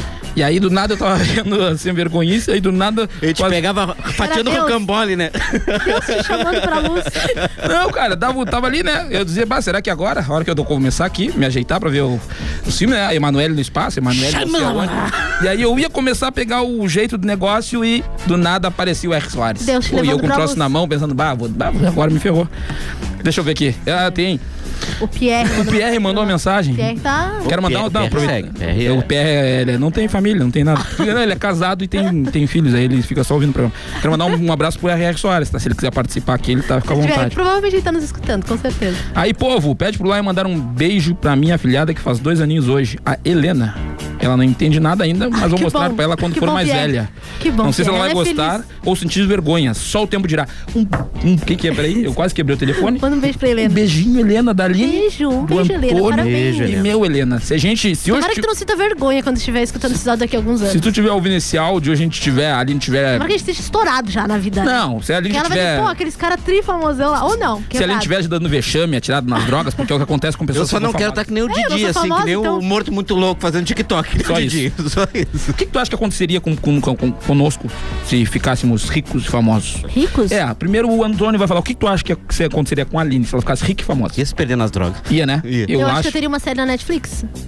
E aí do nada eu tava vendo assim, vergonhice, aí do nada. Ele te quase- pegava fatiando Deus. rocambole, né? Deus te chamando pra luz. Não, cara, tava, tava ali, né? Eu dizia, bah, será que agora, a hora que eu tô começar aqui, me ajeitar pra ver o, o filme, né? Emanuele no espaço, Emanuele não sei aonde. E aí eu ia começar a pegar o jeito do negócio e do nada aparecia o R. Soares. Deus te Pô, e eu levando com o pra troço luz. na mão, pensando, bah, vou, bah, agora me ferrou. Deixa eu ver aqui. Ah, tem. O Pierre. O Pierre mandou uma mensagem. O Pierre tá... Quero mandar um. Pierre- Não, Pierre aproveita. segue. Pierre é- O Pierre, ele não tem família, não tem nada. Não, ele é casado e tem, tem filhos, aí ele fica só ouvindo o programa. Quero mandar um, um abraço pro R R Soares, tá? Se ele quiser participar aqui, ele tá, fica à Se tiver, vontade. provavelmente ele tá nos escutando, com certeza. Aí, povo, pede pro lá e mandar um beijo pra minha afilhada que faz dois aninhos hoje, a Helena. Ela não entende nada ainda, mas vou que mostrar bom. pra ela quando Que for bom, mais Pierre. velha. Que bom, Não sei se ela vai Pierre. Ela é gostar feliz. ou sentir vergonha. Só o tempo dirá. Um, um, que que é? Peraí, eu quase quebrei o telefone. Manda um beijo pra Um Helena. beijinho, Helena, da Aline. Beijo, um do beijo, Helena. Antônio Parabéns. Beijo, E Helena. meu, Helena, se a gente... Se hoje Tomara que tu não sinta vergonha quando estiver escutando esse áudio daqui a alguns anos. Se tu tiver ouvindo esse áudio, a gente tiver, a Aline tiver... Tomara que a gente esteja estourado já na vida. né? Não, se a Aline Porque ela vai tiver... dizer, pô, aqueles caras trifamosão lá. Ou não. Se a quebrado. Aline estiver dando vexame, atirado nas drogas, porque é o que acontece com pessoas Eu só que não são quero estar famosas. que nem o É, eu não Didi, sou assim, famosa, que nem então. o morto muito louco fazendo TikTok. que nem Só o isso. Didi. Só isso. O que, que tu acha que aconteceria com, com, com, com- conosco se ficássemos ricos e famosos? Ricos? É, primeiro o Antônio vai falar o que, que tu acha que que aconteceria com a Aline se ela ficasse rica e famosa? Ia se perder nas drogas. Ia, né? Ia. Eu, Eu acho que eu acho. teria uma série na Netflix.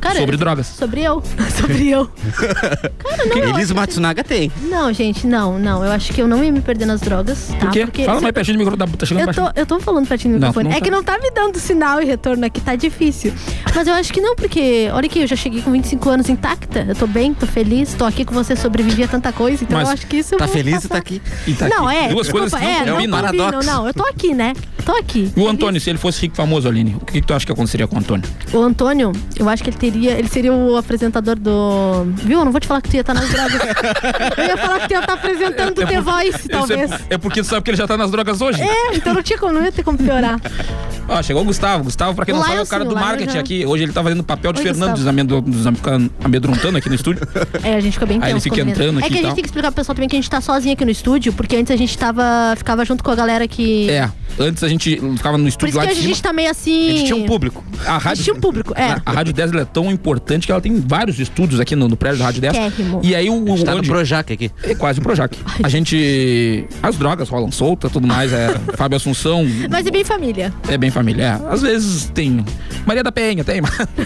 Cara, Sobre drogas. Sobre eu. Sobre eu. Cara, não. Elisa Matsunaga tem. Não, gente, não, não. Eu acho que eu não ia me perder nas drogas. Tá? Por quê? Porque Fala mais pertinho do microfone. Tá chegando eu tô, eu tô falando pertinho do Não, microfone. não é tá. que não tá me dando sinal e retorno aqui, tá difícil. Mas eu acho que não, porque, olha aqui, eu já cheguei com vinte e cinco anos intacta. Eu tô bem, tô feliz, tô aqui com você, sobrevivi a tanta coisa. Então Mas eu acho que isso eu Tá vou feliz passar. e tá aqui. E tá Não, aqui. é. Duas desculpa, coisas que é, não não combinam. combinam, paradoxo. não. Eu tô aqui, né? Tô aqui. E o Antônio, se ele fosse rico e famoso, Aline, o que, que tu acha que aconteceria com o Antônio? O Antônio, eu acho que ele teria. Ele seria o apresentador do. Viu? Eu não vou te falar que tu ia estar nas drogas. Eu ia falar que tu ia estar apresentando o The Voice, talvez. Isso É, é porque tu sabe que ele já tá nas drogas hoje? É, então não tinha como, não ia ter como piorar. Ó, chegou o Gustavo. Gustavo, pra quem O não sabe, é o Lion, cara sim, do o Lion marketing já. aqui. Hoje ele tá fazendo o papel de Oi, Fernando, Gustavo. nos amedro- nos am- fica amedrontando aqui no estúdio. É, a gente fica bem Aí ele tenso fica quando vem. entrando aqui É que e a gente tal. tem que explicar pro pessoal também que a gente tá sozinho aqui no estúdio, porque antes a gente tava, ficava junto com a galera que. É, antes a gente ficava no Por estúdio isso lá que de a cima. gente tá meio assim. A gente tinha um público. A A rádio, gente tinha um público, é. A, a Rádio dez ela é tão importante que ela tem vários estúdios aqui no, no prédio da Rádio dez. Chiquérrimo. E aí o, A gente tá no onde- Projac aqui. É quase o Projac. A gente. As drogas rolam solta, tudo mais. É, Fábio Assunção. Mas é bem família. É bem família. É. Às vezes tem. Maria da Penha, tem.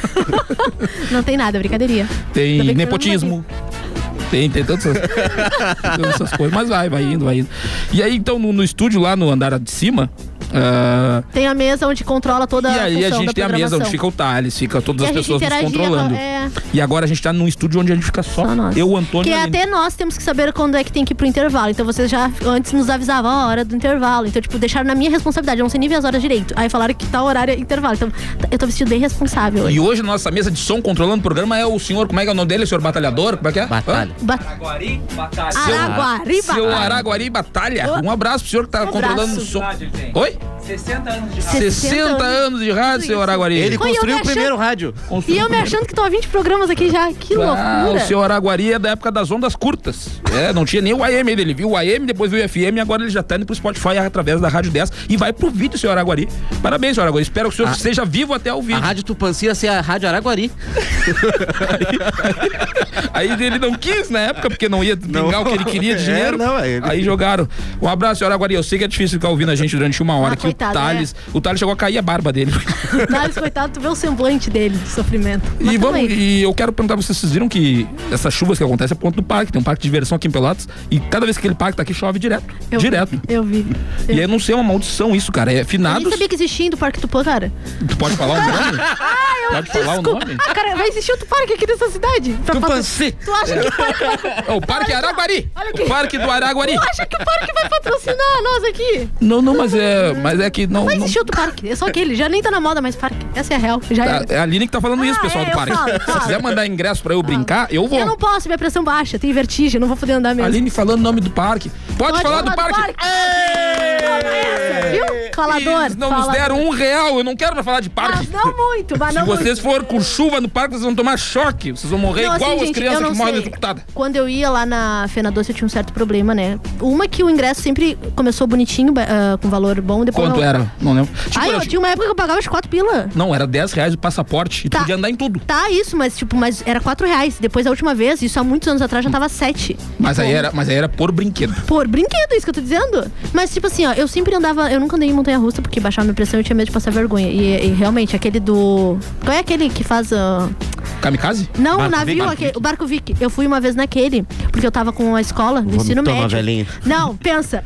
Não tem nada, brincadeirinha. Tem Ainda bem que nepotismo. Tem, tem tantas, todas essas coisas. Mas vai, vai indo, vai indo. E aí, então, no, no estúdio lá no andar de cima. ah, Tem a mesa onde controla toda e a aí a função gente da tem a mesa onde programação. fica o Thales, fica todas E as a gente pessoas nos interagia controlando. com- é. E agora a gente tá num estúdio onde a gente fica só. Só nós. Eu, o Antônio Que e a Aline. até nós temos que saber quando é que tem que ir pro intervalo. Então vocês já antes nos avisavam a hora do intervalo. Então, tipo, deixaram na minha responsabilidade. Eu não sei nem ver as horas direito. Aí falaram que tal horário é intervalo. Então, t- eu tô vestido bem responsável hoje. E hoje na nossa mesa de som controlando o programa é o senhor, como é que é o nome dele, senhor batalhador? Como é que é? Batalha. Ba- Araguari, Batalha. Araguari, Seu Batalha. Araguari Batalha. Um abraço pro senhor que tá Um controlando o abraço. som. Rádio, gente. Oi? sessenta anos de rádio. sessenta anos de rádio, seu Araguari. Ele Oi, eu construiu me o primeiro rádio. E eu me achando que tô há vinte programas aqui já. Que Ah, loucura. o seu Araguari é da época das ondas curtas. É, não tinha nem o A M ainda. Ele viu o A M, depois viu o F M e agora ele já tá indo pro Spotify através da Rádio dez e vai pro vídeo, seu Araguari. Parabéns, seu Araguari. Espero que o senhor Ah. seja vivo até o A vídeo. Rádio Tupanci ia ser a Rádio Araguari. Aí ele não quis na época, porque não ia pingar Não. o que ele queria de É, dinheiro. não, aí ele- Aí jogaram. Um abraço, senhor Araguari. Eu sei que é difícil ficar ouvindo a gente durante uma hora. Ah, que coitado, o Thales. é. O Thales chegou a cair a barba dele. Thales, coitado, tu vê o semblante dele de sofrimento. Mas E, tamo vamos, aí. e eu quero perguntar pra vocês, vocês viram que essas chuvas que acontecem é por conta do parque, tem um parque de diversão aqui em Pelotas, e cada vez que aquele parque tá aqui, chove direto. Eu direto. Vi, eu vi. E aí eu não sei, é uma maldição isso, cara. É Eu nem finados. sabia que existia do Parque Tupã, cara. Tu pode falar o nome? Pode falar o nome? Ah, cara, vai existir outro parque aqui nessa cidade. Pra Tupanci. Tu acha que o parque vai... É o Parque Araguari. Olha aqui. O Parque do Araguari. Tu acha que o parque vai patrocinar nós aqui? Não, não, mas é, mas é que não. Vai não existir outro parque. É só aquele. Já nem tá na moda mais parque. Essa é a real. Já Tá, é. é a Aline que tá falando isso, Ah, pessoal é, do eu parque. falo, Se falo. quiser mandar ingresso pra eu brincar, eu vou. Eu não posso, minha pressão baixa. Tenho vertigem, não vou poder andar mesmo. Aline falando o nome do parque. Pode, Pode falar, do falar do parque. parque. Toma essa, viu? Falador. Eles não nos falador. deram um real. Eu não quero mais falar de parque. Mas não muito, mas Se não vocês muito. forem com chuva no parque, vocês vão tomar choque. Vocês vão morrer Não, igual assim, as gente, crianças eu não que morrem sei. eletrocutadas. Quando eu ia lá na Fena Doce, eu tinha um certo problema, né? Uma que o ingresso sempre começou bonitinho, ba- ah, com valor bom, depois Quanto não... era? Não lembro. Tipo, Ai, eu era- tinha uma época que eu pagava de quatro pila. Não, era dez reais o passaporte e tu Tá. podia andar em tudo. Tá, isso, mas tipo, mas era quatro reais. Depois, a última vez, isso há muitos anos atrás, já tava sete. Mas aí, Pô, era, mas aí era por brinquedo. Por brinquedo, isso que eu tô dizendo. Mas, tipo assim, ó, eu sempre andava. Eu nunca andei em montanha-russa porque baixava minha pressão e eu tinha medo de passar vergonha. E, e realmente, aquele do. Qual é aquele que faz. ah, Kamikaze? Não, Barco o navio, Vic. aquele, o barco Vic. Eu fui uma vez naquele, porque eu tava com a escola, no ensino Vomitou, médio. velhinho. Não, pensa.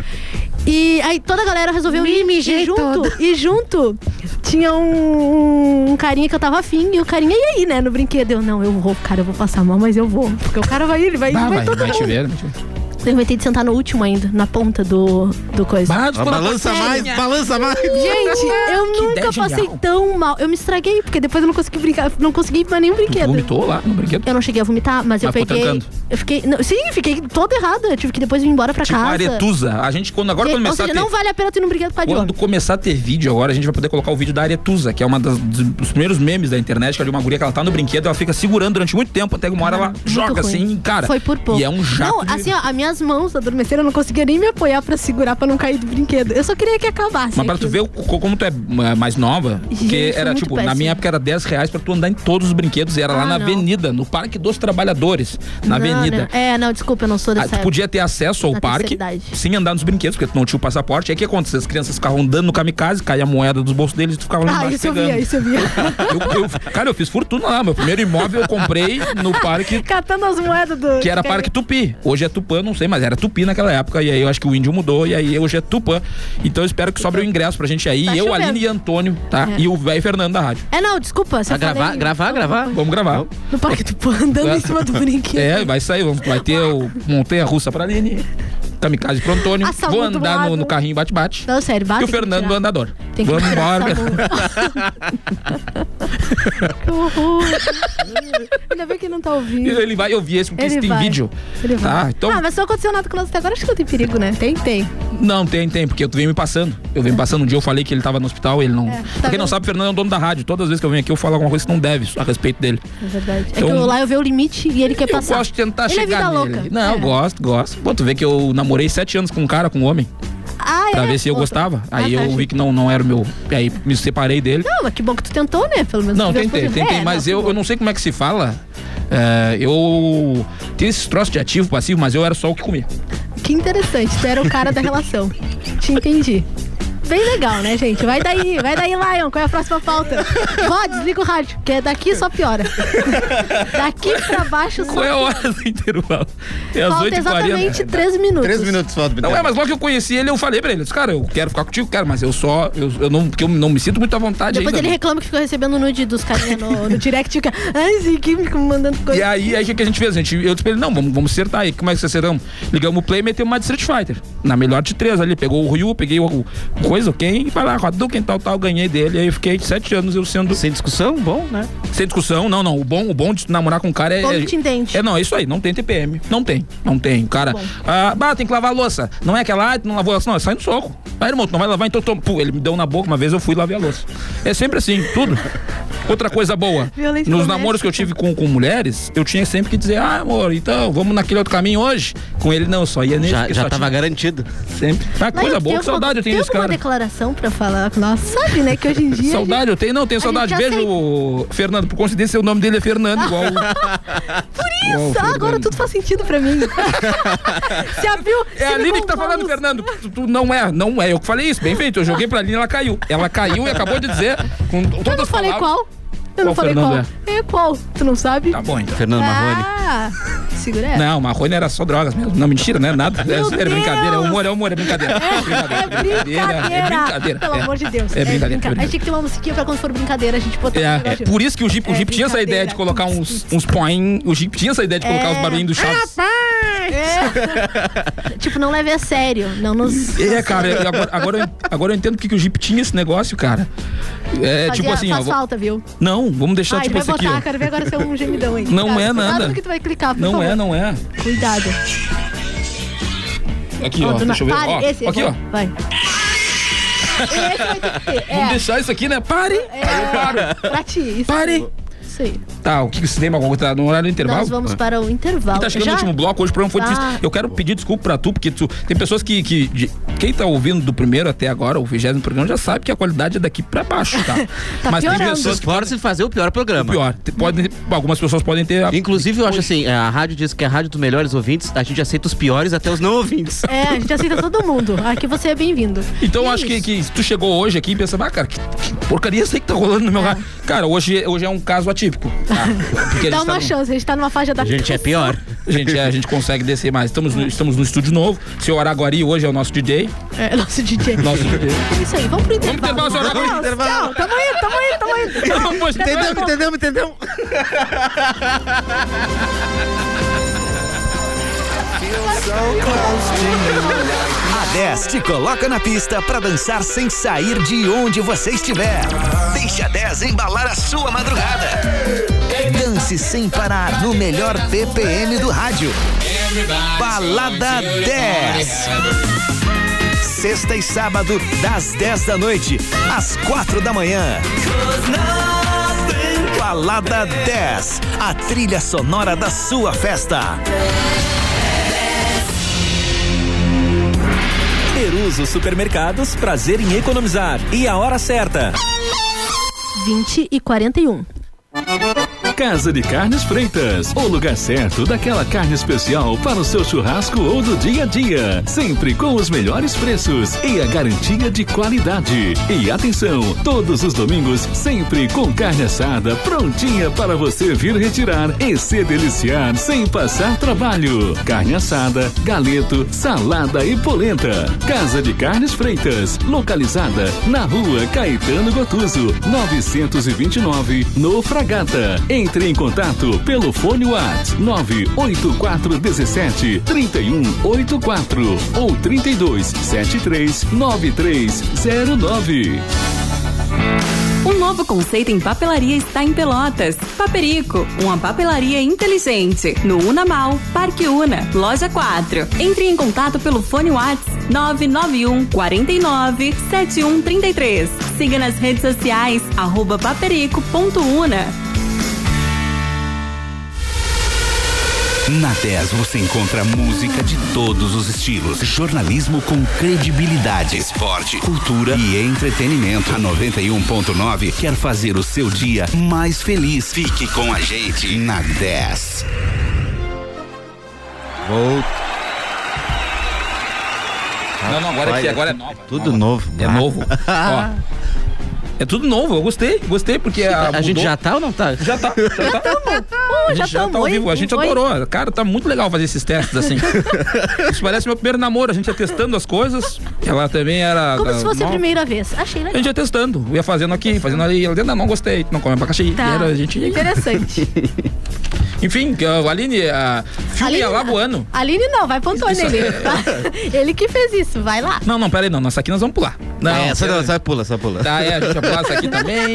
E aí toda a galera resolveu ir. mijei E junto, toda. e junto tinha um, um carinha que eu tava afim. E o carinha ia aí, né, no brinquedo. Eu, não, eu vou, cara, eu vou passar mal, mas eu vou. Porque o cara vai ir, ele vai ir, Bah, vai, vai, todo vai te mundo. ver, vai te ver. Eu inventei de sentar no último ainda, na ponta do, do coisa. Bah, tu ficou na Balança ponta. mais, balança mais. Gente, eu Que nunca ideia passei genial. tão mal. Eu me estraguei, porque depois eu não consegui brincar, não consegui ir pra nenhum Tu brinquedo. vomitou lá no brinquedo? Eu não cheguei a vomitar, mas, eu Mas ficou peguei. trancando? Eu fiquei. Não, sim, fiquei toda errada. Eu tive que depois ir embora pra Tipo casa. Aretusa. A gente, quando agora E- quando Ou começar seja, a ter... não vale a pena tu ir no brinquedo pra Quando começar a ter vídeo agora, a gente vai poder colocar o vídeo da Aretusa, que é uma das, dos primeiros memes da internet, que é de uma guria que ela tá no brinquedo, ela fica segurando durante muito tempo, até que uma hora ela joga assim, cara. Foi por pouco. E é um jato Não, de- assim, ó, as minhas mãos adormeceram, eu não conseguia nem me apoiar pra segurar pra não cair do brinquedo. Eu só queria que acabasse. Mas pra tu ver o- como tu é mais nova, porque Gente, foi era muito tipo, na péssimo. minha época era dez reais pra tu andar em todos os brinquedos e era lá Ah, na não. avenida, no Parque dos Trabalhadores, na Não, avenida. não. É, não, desculpa, eu não sou Ah, dessa tu podia ter acesso ao Da parque terceira idade. sem andar nos brinquedos, porque tu não tinha o passaporte. Aí o que aconteceu? As crianças ficavam andando no kamikaze, caía a moeda dos bolsos deles e tu ficava lá Ah, embaixo isso eu pegando. via, isso eu via. Eu- eu- cara, eu fiz fortuna lá. Meu primeiro imóvel eu comprei no parque, Catando as moedas do... que era Parque Tupi. Hoje é Tupã, não sei, mas era Tupi naquela época. E aí eu acho que o índio mudou, e aí hoje é Tupã. Então eu espero que sobre o ingresso pra gente aí. Tá eu, chovendo. Aline e Antônio, tá? É. E o velho Fernando da rádio. É, não, desculpa, você A gravar, gravar, gravar. Vamos gravar. No Parque do Pô, andando em cima do brinquedo. É, vai sair. vamos- Vai ter o montanha russa pra Aline, kamikaze pro Antônio. Assalto Vou andar do no, lado. no carrinho bate-bate. Não, sério, bate. E o Fernando do andador. Tem que Vamos tirar embora. Que horror. Ainda bem que não tá ouvindo. Ele vai ouvir esse, porque Ele esse tem vai. vídeo. Ele vai. Tá, então. Ah, mas se não aconteceu nada com nós até agora, acho que não tem perigo, né? Tem, tem. Não, tem, tem, porque tu vem me passando. Eu venho passando. Um dia eu falei que ele tava no hospital, ele não. É, tá pra quem não vendo? sabe, o Fernando é o dono da rádio. Todas as vezes que eu venho aqui, eu falo alguma coisa que não deve a respeito dele. É verdade. É Então- que eu, lá eu vejo o limite e ele quer Eu passar. gosto de tentar Ele é chegar vida nele. louca. Não, É. eu gosto, gosto. Pô, tu vê que eu namorei sete anos com um cara, com um homem, Ah, pra é? ver se eu Pô, gostava. Aí ah, tá, eu vi achei- que não, não era o meu. E aí me separei dele. Não, mas que bom que tu tentou, né? Pelo menos. Não, tu viu as tentei, coisas. tentei, É, mas não, eu, que bom. eu não sei como é que se fala. É, eu tenho esses troços de ativo, passivo, mas eu era só o que comia. Que interessante, tu era o cara da relação. Te entendi. Bem legal, né, gente? Vai daí, vai daí, Lion. Qual é a próxima pauta? Vó, desliga o rádio, porque daqui só piora. Daqui pra baixo só Qual é a hora do intervalo? É às falta oito e quarenta. exatamente três minutos. Três minutos falta. Não é, mas logo que eu conheci ele, eu falei pra ele, eu disse, cara, eu quero ficar contigo, cara, mas eu só, eu, eu não, porque eu não me sinto muito à vontade Depois ainda. ele reclama que ficou recebendo nude dos carinha no, no direct. Fica, ai, sim, que ficam mandando coisa. E aí, aí o que que a gente fez? A gente, eu disse pra ele, não, vamos, vamos acertar aí. Como é que vocês serão? Ligamos o play e metemos uma de Street Fighter. Na melhor de três ali. Pegou o Ryu, peguei o, o coisa, quem, e vai lá, Hadouken, tal, tal, ganhei dele. Aí eu fiquei sete anos eu sendo. Sem discussão, bom, né? Sem discussão, não, não. O bom, o bom de namorar com um cara é. Bom que te entende. É, não, é isso aí, não tem T P M. Não tem, não tem. O cara, Bom. ah, bah, tem que lavar a louça. Não é aquela, ah, tu não lavou a louça, não, sai no soco. Aí, irmão, tu não vai lavar, então toma. Pô, ele me deu na boca, uma vez eu fui e lavei a louça. É sempre assim, tudo. Outra coisa boa, Violência nos doméstica. namoros que eu tive com, com mulheres, eu tinha sempre que dizer, ah, amor, então, vamos naquele outro caminho hoje? Com ele não, só ia nesse. Já, porque já só tava tinha- garantido. Sempre. Ah, Não, coisa tem boa, que alguma- saudade eu tenho tem desse alguma cara. declaração pra falar com nós? Sabe, né, que hoje em dia... Saudade eu tenho, não, tenho a saudade. gente Beijo, o Fernando. Por coincidência, o nome dele é Fernando, igual. o- Por igual o isso, ah, agora Fernando. tudo faz sentido pra mim. Se abriu... É a Aline que tá falando, Fernando. Tu, tu não é, não é. Eu que falei isso, bem feito. Eu joguei pra Aline e ela caiu. Ela caiu e acabou de dizer. Com todas Eu não as falei palavras. qual. Eu não Qual falei Fernando qual. É qual? Tu não sabe? Tá bom, então. Fernando Marrone. Ah, segura essa. Não, Marrone era só drogas mesmo. Não, mentira, né? Nada. Meu É, é brincadeira, é Deus! humor, é humor, é brincadeira. É brincadeira. É brincadeira. Pelo é. amor de Deus. É brincadeira. A gente tinha que ter uma musiquinha pra quando for brincadeira, a gente botar É, um é, negócio. por isso que o Jeep, o É Jeep tinha essa ideia de colocar uns, uns points. O Jeep tinha essa ideia de colocar É. os barulhinhos do Chaves. É. Tipo, não leve a sério. Não nos. É, cara, e agora, agora, eu- agora eu entendo porque que o Jeep tinha esse negócio, cara. É, Fazia- tipo assim, ó. faz vou- falta, viu? Não, vamos deixar Ah, ele tipo vai esse aqui, botar, ó. quero ver agora se é um gemidão aí. Não Cuidado, é nada. Cuidado no que tu vai clicar, por Não favor. é, não é. Cuidado. Aqui, ó, do deixa eu ver. Pare, Ó, esse, aqui, ó. Vai. Esse vai ter que ter. Vamos É, deixar isso aqui, né? Pare! é, Aí eu paro. pra ti. Isso Pare. aí. Isso aí. Tá, o que que você tem? Alguma coisa no horário do intervalo? Nós vamos para o intervalo. E tá chegando Já? o último bloco, hoje o programa foi Ah. difícil. Eu quero pedir desculpa pra tu, porque tu, tem pessoas que, que de- quem tá ouvindo do primeiro até agora, o vigésimo programa, já sabe que a qualidade é daqui pra baixo, tá? Tá Mas tem piorando. pessoas Se que esforça em fazer o pior programa. pior. Te- Podem, algumas pessoas podem ter... Inclusive, eu acho assim, a rádio diz que é a rádio dos melhores ouvintes, a gente aceita os piores até os não ouvintes. É, a gente aceita todo mundo. Aqui você é bem-vindo. Então E eu é acho que, isso. que se tu chegou hoje aqui e pensa, ah, cara, que, que porcaria isso aí que tá rolando no meu rádio. Cara, hoje, hoje é um caso atípico. Tá? Porque a Dá gente tá uma no- chance, a gente tá numa faixa da A gente é pior. A gente, é, a gente consegue descer mais. Estamos no, estamos no estúdio novo. Seu Araguari hoje é o nosso D J. É, nosso D J. Nosso D J. É isso aí, vamos pro Vamos intervalo. intervalo, seu Araguari. Tchau, Intervalo. Tchau, tamo indo, tamo indo, tamo indo. Não, pois, Entendemos, entendemos, entendemos. A dez te coloca na pista pra dançar sem sair de onde você estiver. Deixa a dez embalar a sua madrugada. Dance sem parar no melhor B P M do rádio. Balada dez. Sexta e sábado, das dez da noite às quatro da manhã. Balada dez, a trilha sonora da sua festa. Peruso Supermercados, prazer em economizar. E a hora certa. vinte e quarenta e um. Casa de Carnes Freitas, o lugar certo daquela carne especial para o seu churrasco ou do dia a dia, sempre com os melhores preços e a garantia de qualidade. E atenção, todos os domingos sempre com carne assada prontinha para você vir retirar e se deliciar sem passar trabalho. Carne assada, galeto, salada e polenta. Casa de Carnes Freitas, localizada na rua Caetano Gotuso, novecentos e vinte e nove, no Fragata. Entre em contato pelo fone WhatsApp nove oito quatro um sete, três um oito quatro ou trinta e dois, setenta e três, noventa e três zero nove. Um novo conceito em papelaria está em Pelotas. Paperico, uma papelaria inteligente. No Unamal, Parque Una, Loja quatro. Entre em contato pelo fone WhatsApp nove nove um, quatro nove, sete um três três. Siga nas redes sociais, arroba paperico ponto una. Na dez você encontra música de todos os estilos, jornalismo com credibilidade, esporte, cultura e entretenimento. A noventa e um ponto nove quer fazer o seu dia mais feliz. Fique com a gente na dez. Volta. Não, não, agora aqui, agora é nova. Tudo nova. novo. É novo. Ó. É tudo novo, eu gostei, gostei, porque a, a gente já tá ou não tá? Já tá, já, já tá. Tamo. Pô, a gente já, já tamo, tá ao vivo, oi, a gente oi. adorou. Cara, tá muito legal fazer esses testes assim. Isso parece meu primeiro namoro, a gente ia testando as coisas. Ela também era. Como se fosse nova. a primeira vez. Achei A legal. gente ia testando, ia fazendo aqui, fazendo ali. Ela dizia, não, não gostei, não come abacaxi. Tá. E era, a gente ia. Interessante. Enfim, a Aline, a filme Aline, Alagoano. Aline não, vai pro Antônio ele. Ele que fez isso, vai lá. Não, não, pera aí, não. Nessa aqui nós vamos pular. Não, é, essa não, só pula, só pula. Tá, é, a gente vai pular essa aqui também.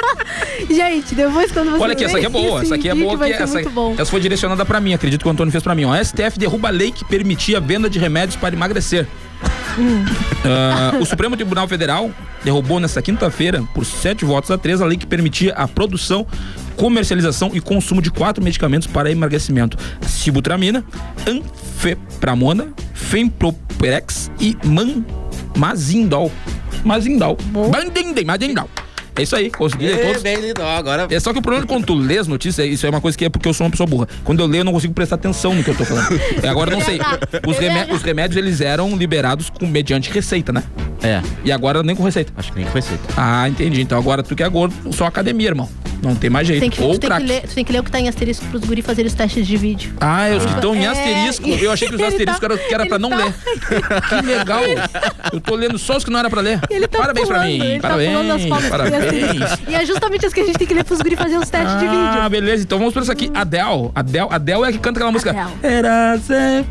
Gente, depois quando você Olha aqui, essa aqui é boa, essa aqui é boa, que essa, essa foi direcionada pra mim, acredito que o Antônio fez pra mim, ó. S T F derruba a lei que permitia a venda de remédios para emagrecer. Hum. Uh, o Supremo Tribunal Federal derrubou nesta quinta-feira, por sete votos a três, a lei que permitia a produção, comercialização e consumo de quatro medicamentos para emagrecimento: sibutramina, anfepramona, femproperex e man, mazindol. Mazindol. Bandindem, mazindol. É isso aí, consegui ler todos. Bem lindo, agora... É só que o problema é quando tu lê as notícias, isso é uma coisa que é porque eu sou uma pessoa burra. Quando eu leio, eu não consigo prestar atenção no que eu tô falando. É, agora eu não sei. Os, remé os remédios, eles eram liberados com, mediante receita, né? É. E agora nem com receita. Acho que nem com receita. Ah, entendi. Então agora tu que é gordo, só academia, irmão. Não tem mais jeito. Tem que, Ou tu, tem que ler, tu tem que ler o que tá em asterisco pros guri fazerem os testes de vídeo. Ah, eu então em É, asterisco. Eu achei que os ele asteriscos tá- era, que era pra ele não tá- ler. Que legal. Eu tô lendo só os que não era pra ler. Ele tá Parabéns pulando, pra mim. ele Parabéns. Tá pulando as palmas Parabéns. e é justamente as que a gente tem que ler pros guri fazer os testes de vídeo. Ah, beleza. Então vamos por isso aqui. Adele. Adele, Adele é a que canta aquela música. Adele. Era se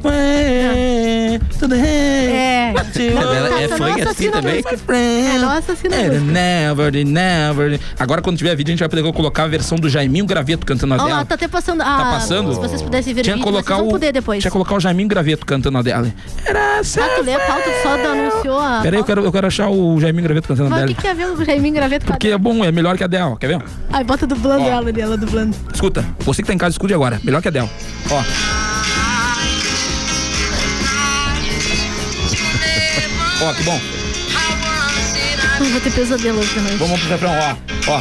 foi tudo É. Não, Ela é nossa, funk não assim assassina a também? música. É, não assassina a Era música. never, never. Agora quando tiver vídeo a gente vai poder colocar a versão do Jaiminho Graveto cantando Olha Adele. lá, tá até passando. Ah, Tá passando? Se vocês pudessem ver Tinha o que vídeo, colocar vocês vão o poder depois. Tinha que colocar o Jaiminho Graveto cantando Adele. Era se Ah, tu lê a pauta, tu só anunciou a... Peraí, eu quero, eu quero achar o Jaiminho Graveto cantando Mas o Adele. que, que é ver o Jaiminho Graveto com a Porque é bom, é melhor que a Adele. Quer ver? Ai, bota dublando Ó. ela ali, ela dublando. Escuta, você que tá em casa, escute agora. Melhor que a Adele. Ó. Ó, que bom. Ai, vou ter pesadelo hoje também. Vamos pro refrão, ó. Ó.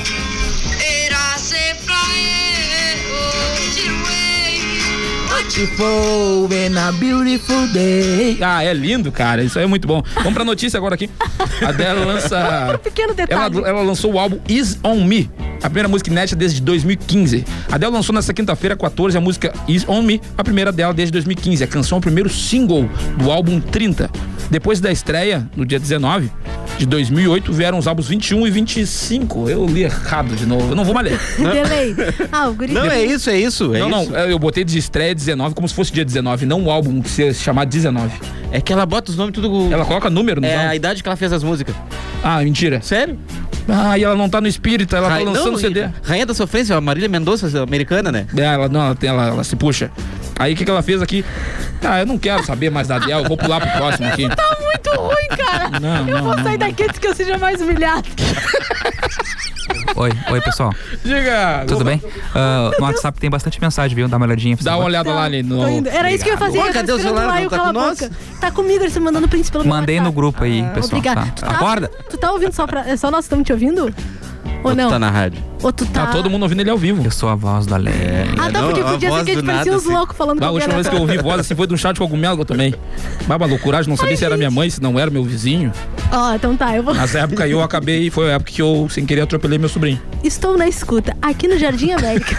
Beautiful and a beautiful day. Ah, é lindo, cara. Isso aí é muito bom. Vamos pra notícia agora aqui. A Adele lança. Um pequeno detalhe. Ela, ela lançou o álbum Is On Me, a primeira música inédita desde dois mil e quinze. A Adele lançou nessa quinta-feira, quatorze, a música Is On Me, a primeira dela desde dois mil e quinze. A canção é o primeiro single do álbum trinta. Depois da estreia, no dia dezenove de dois mil e oito, vieram os álbuns vinte e um e vinte e cinco. Eu li errado de novo. Eu não vou mais ler. Delay. Ah, o guri. Não, é isso, é isso. É não, isso. não, eu botei de estreia dezenove como se fosse dia dezenove, não o álbum ser chamado dezenove. É que ela bota os nomes tudo... Ela coloca número no É a álbum. idade que ela fez as músicas. Ah, mentira. Sério? Ah, e ela não tá no espírito, ela Rainha- tá lançando não, C D. Rainha da Sofrência, a Marília Mendonça, americana, né? É, ela, não, ela, tem, ela, ela se puxa. Aí o que, que ela fez aqui? Ah, eu não quero saber mais da Adele, eu vou pular pro próximo aqui. Tá muito ruim, cara. Não, eu não, vou não, sair não. daqui antes que eu seja mais humilhado. Oi, oi, pessoal. Diga. Tudo bem? Uh, no WhatsApp tem bastante mensagem, viu? Dá uma olhadinha. Dá uma olhada lá ali no... Era isso que eu ia fazer. Ô, cadê o celular? Lá, Não tá cala com a nós? boca. Tá comigo, eles estão mandando príncipe pelo Mandei meu no grupo aí, ah, pessoal. Obrigada. Tá. Tu tá, Acorda. Tu tá ouvindo só pra... É só nós estamos te ouvindo? Ou, Ou não? tu tá na rádio? Ou tu tá... Tá todo mundo ouvindo ele ao vivo. Eu sou a voz da lei. É, ah, tá, não, porque a podia ser voz que a gente do parecia nada, uns assim. loucos falando A com última vez que eu ouvi voz assim foi de um chá de cogumelo também. Baba loucuragem, não sabia Ai, se era gente. minha mãe, se não era meu vizinho. Ó, então tá, eu vou... Nessa época eu acabei, foi a época que eu, sem querer, atropelei meu sobrinho. Estou na escuta, aqui no Jardim América.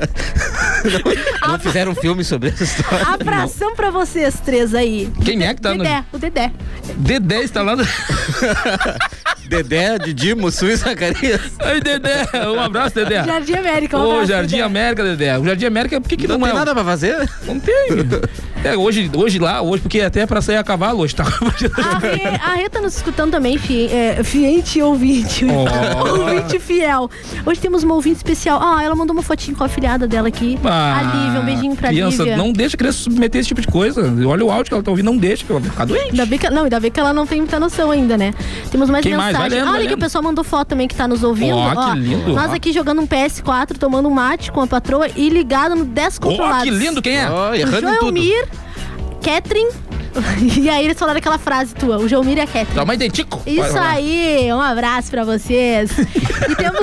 Não, não fizeram um filme sobre essa história? Abração pra vocês três aí. Quem é que tá no... Dedé, o Dedé. Dedé está lá no... Dedé, Didi, Mussu e Zacarias. Aí, Dedé, um abraço, Dedé. Jardim América, um Ô, abraço, Jardim Dedé. América, Dedé. O Jardim América, por que que não, Não tem é? nada pra fazer? Não tem. É, hoje, hoje lá, hoje, porque até é pra sair a cavalo hoje, tá? A Rê, a Rê tá nos escutando também, fi, é, fiente ouvinte. Oh. Ouvinte fiel. Hoje temos uma ouvinte especial. Ah, ela mandou uma fotinho com a afilhada dela aqui. Ah, a Lívia, um beijinho pra criança, Lívia. não deixa a criança submeter esse tipo de coisa. Olha o áudio que ela tá ouvindo, não deixa, que ela vai ficar doente. Ainda bem que, não, ainda bem que ela não tem muita noção ainda, né? Temos mais Quem mais? mensagens. Vai lendo, Olha vai que o lendo. pessoal mandou foto também que tá nos ouvindo. Ó, Ó, que lindo. Nós aqui jogando um P S quatro, tomando um mate com a patroa e ligado no dez Ó, controlados. que lindo, quem é? Ó, O errando em tudo. Joelmir, Catherine. E aí eles falaram aquela frase tua, o Joelmir e a Catherine. Tua mãe tem tico. Vai, Isso vai lá. aí, um abraço pra vocês. E temos.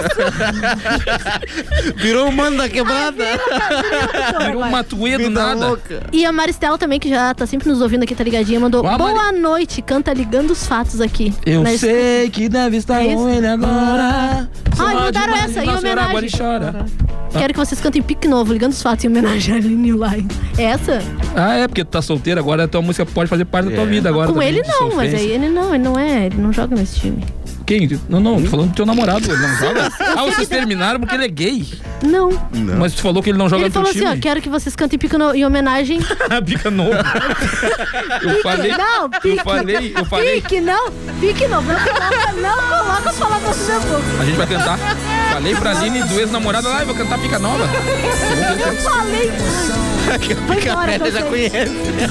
Virou um mano da quebrada. Virou um matuê do Vida nada. louca. E a Maristela também, que já tá sempre nos ouvindo aqui, tá ligadinha, mandou Ó, boa Mari- noite, canta Ligando os Fatos aqui. Eu Na sei que deve estar É com isso? ele agora. Ai, mudaram essa, em homenagem. Quero que vocês cantem Pique Novo, Ligando os Fatos, em homenagem a Aline Line. Essa? Ah, é, porque tu tá solteiro agora, a tua música pode fazer parte da tua É. vida agora. Com também, ele de não, mas sofrência. aí ele não, ele não é, ele não joga nesse time. Quem? Não, não, tô falando do teu namorado, ele não joga. Ah, vocês terminaram porque ele é gay. Não. Não. Mas tu falou que ele não joga Ele no teu falou assim, time. ó, quero que vocês cantem Pique Novo em homenagem. Pica novo. Eu falei. Não, pique. Eu falei, eu falei. Pique não, pique não. Não coloca, não coloca as palavras na boca. A gente vai cantar. Falei pra Aline do ex-namorado lá, eu vou cantar Pica Nova. Eu falei. Vai Pica embora, velha já vocês. conhece. Ele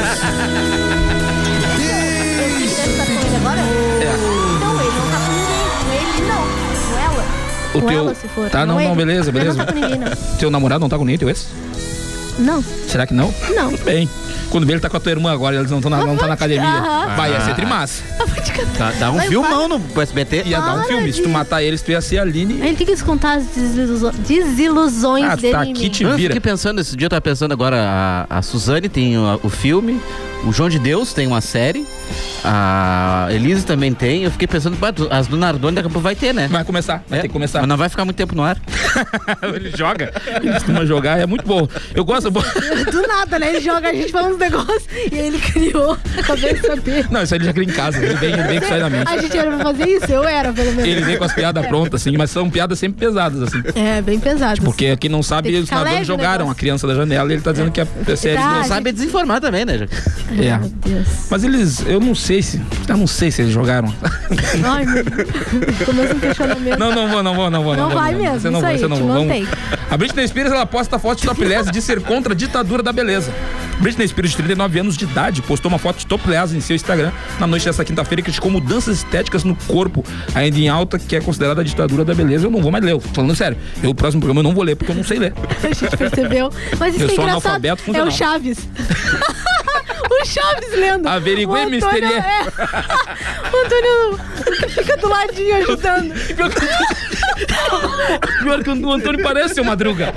tá com ele agora? É. Não, ele não tá com ninguém. Com ele não. Com ela. O com teu- ela, se for. Tá, não, ele. não, beleza, Ele beleza. não tá com ninguém, não. Teu namorado não tá com ninguém, teu ex? Não. Será que não? Não. Tudo bem. Quando vê ele tá com a tua irmã agora, eles não estão na, não tá na academia. Aham. Vai, ia ser trimassa. Dá, dá um Vai, filmão no S B T. Ia dar um Para filme. Se tu de- matar eles, tu ia ser a Aline. Ele tem que descontar as desilusões, desilusões Ah, dele tá em aqui, mim. te Não, eu vira. fiquei pensando, esse dia eu tava pensando agora, a, a Suzane tem o, o filme, o João de Deus tem uma série, a Elise também tem, eu fiquei pensando, pá, tu- as do Nardoni daqui a pouco vai ter, né? Vai começar, vai É, ter que começar. Mas não vai ficar muito tempo no ar. Ele joga, ele costuma jogar, é muito bom. Eu gosto. Do nada, né? Ele joga a gente falando uns negócios e ele criou. Acabei de saber. Não, isso aí ele já cria em casa. Ele vem, ele vem com isso aí na mente. A gente era pra fazer isso? Eu era, pelo menos. Ele vem com as piadas prontas, assim, mas são piadas sempre pesadas, assim. É, bem pesado. Porque quem não sabe, Tem que os ficar Nardoni leve o jogaram negócio. a criança da janela e ele tá dizendo que a série Tá, não Não gente. sabe desinformar também, né? já- É. Meu Deus. Mas eles, eu não sei se, eu não sei se eles jogaram. Ai, meu Deus. Começa um questionamento. Não, não vou, não vou, não vou. Não vou, vai vou. mesmo, Você não isso vai, aí, você não te vai. Vamos. mantém. A Britney Spears, ela posta fotos de topless de ser contra a ditadura da beleza. Britney Spears, de trinta e nove anos de idade, postou uma foto de topless em seu Instagram na noite dessa quinta-feira e criticou mudanças estéticas no corpo, ainda em alta, que é considerada a ditadura da beleza. Eu não vou mais ler, eu tô falando sério. Eu, o próximo programa, eu não vou ler, porque eu não sei ler. A gente percebeu. Mas isso Eu é sou engraçado. analfabeto É funcional. o Chaves. O Chaves lendo. Averiguei O e Antônio misteriei. é- O Antônio que fica do ladinho ajudando. Pior que, pior que o Antônio parece ser o Madruga.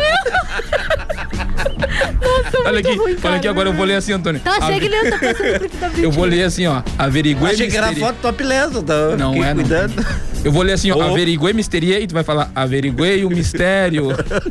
Nossa, Olha muito aqui, ruim, olha cara. aqui, agora eu vou ler assim, Antônio. Eu achei Ave- que ele ia estar passando o clipe da Britney. Eu vou ler assim, ó. Averiguei Achei que era misteriei. foto topless, tá? Não Fiquei é, não. cuidando. Eu vou ler assim, ó. Oh. Averiguei, misteriei, e tu vai falar, averiguei o mistério.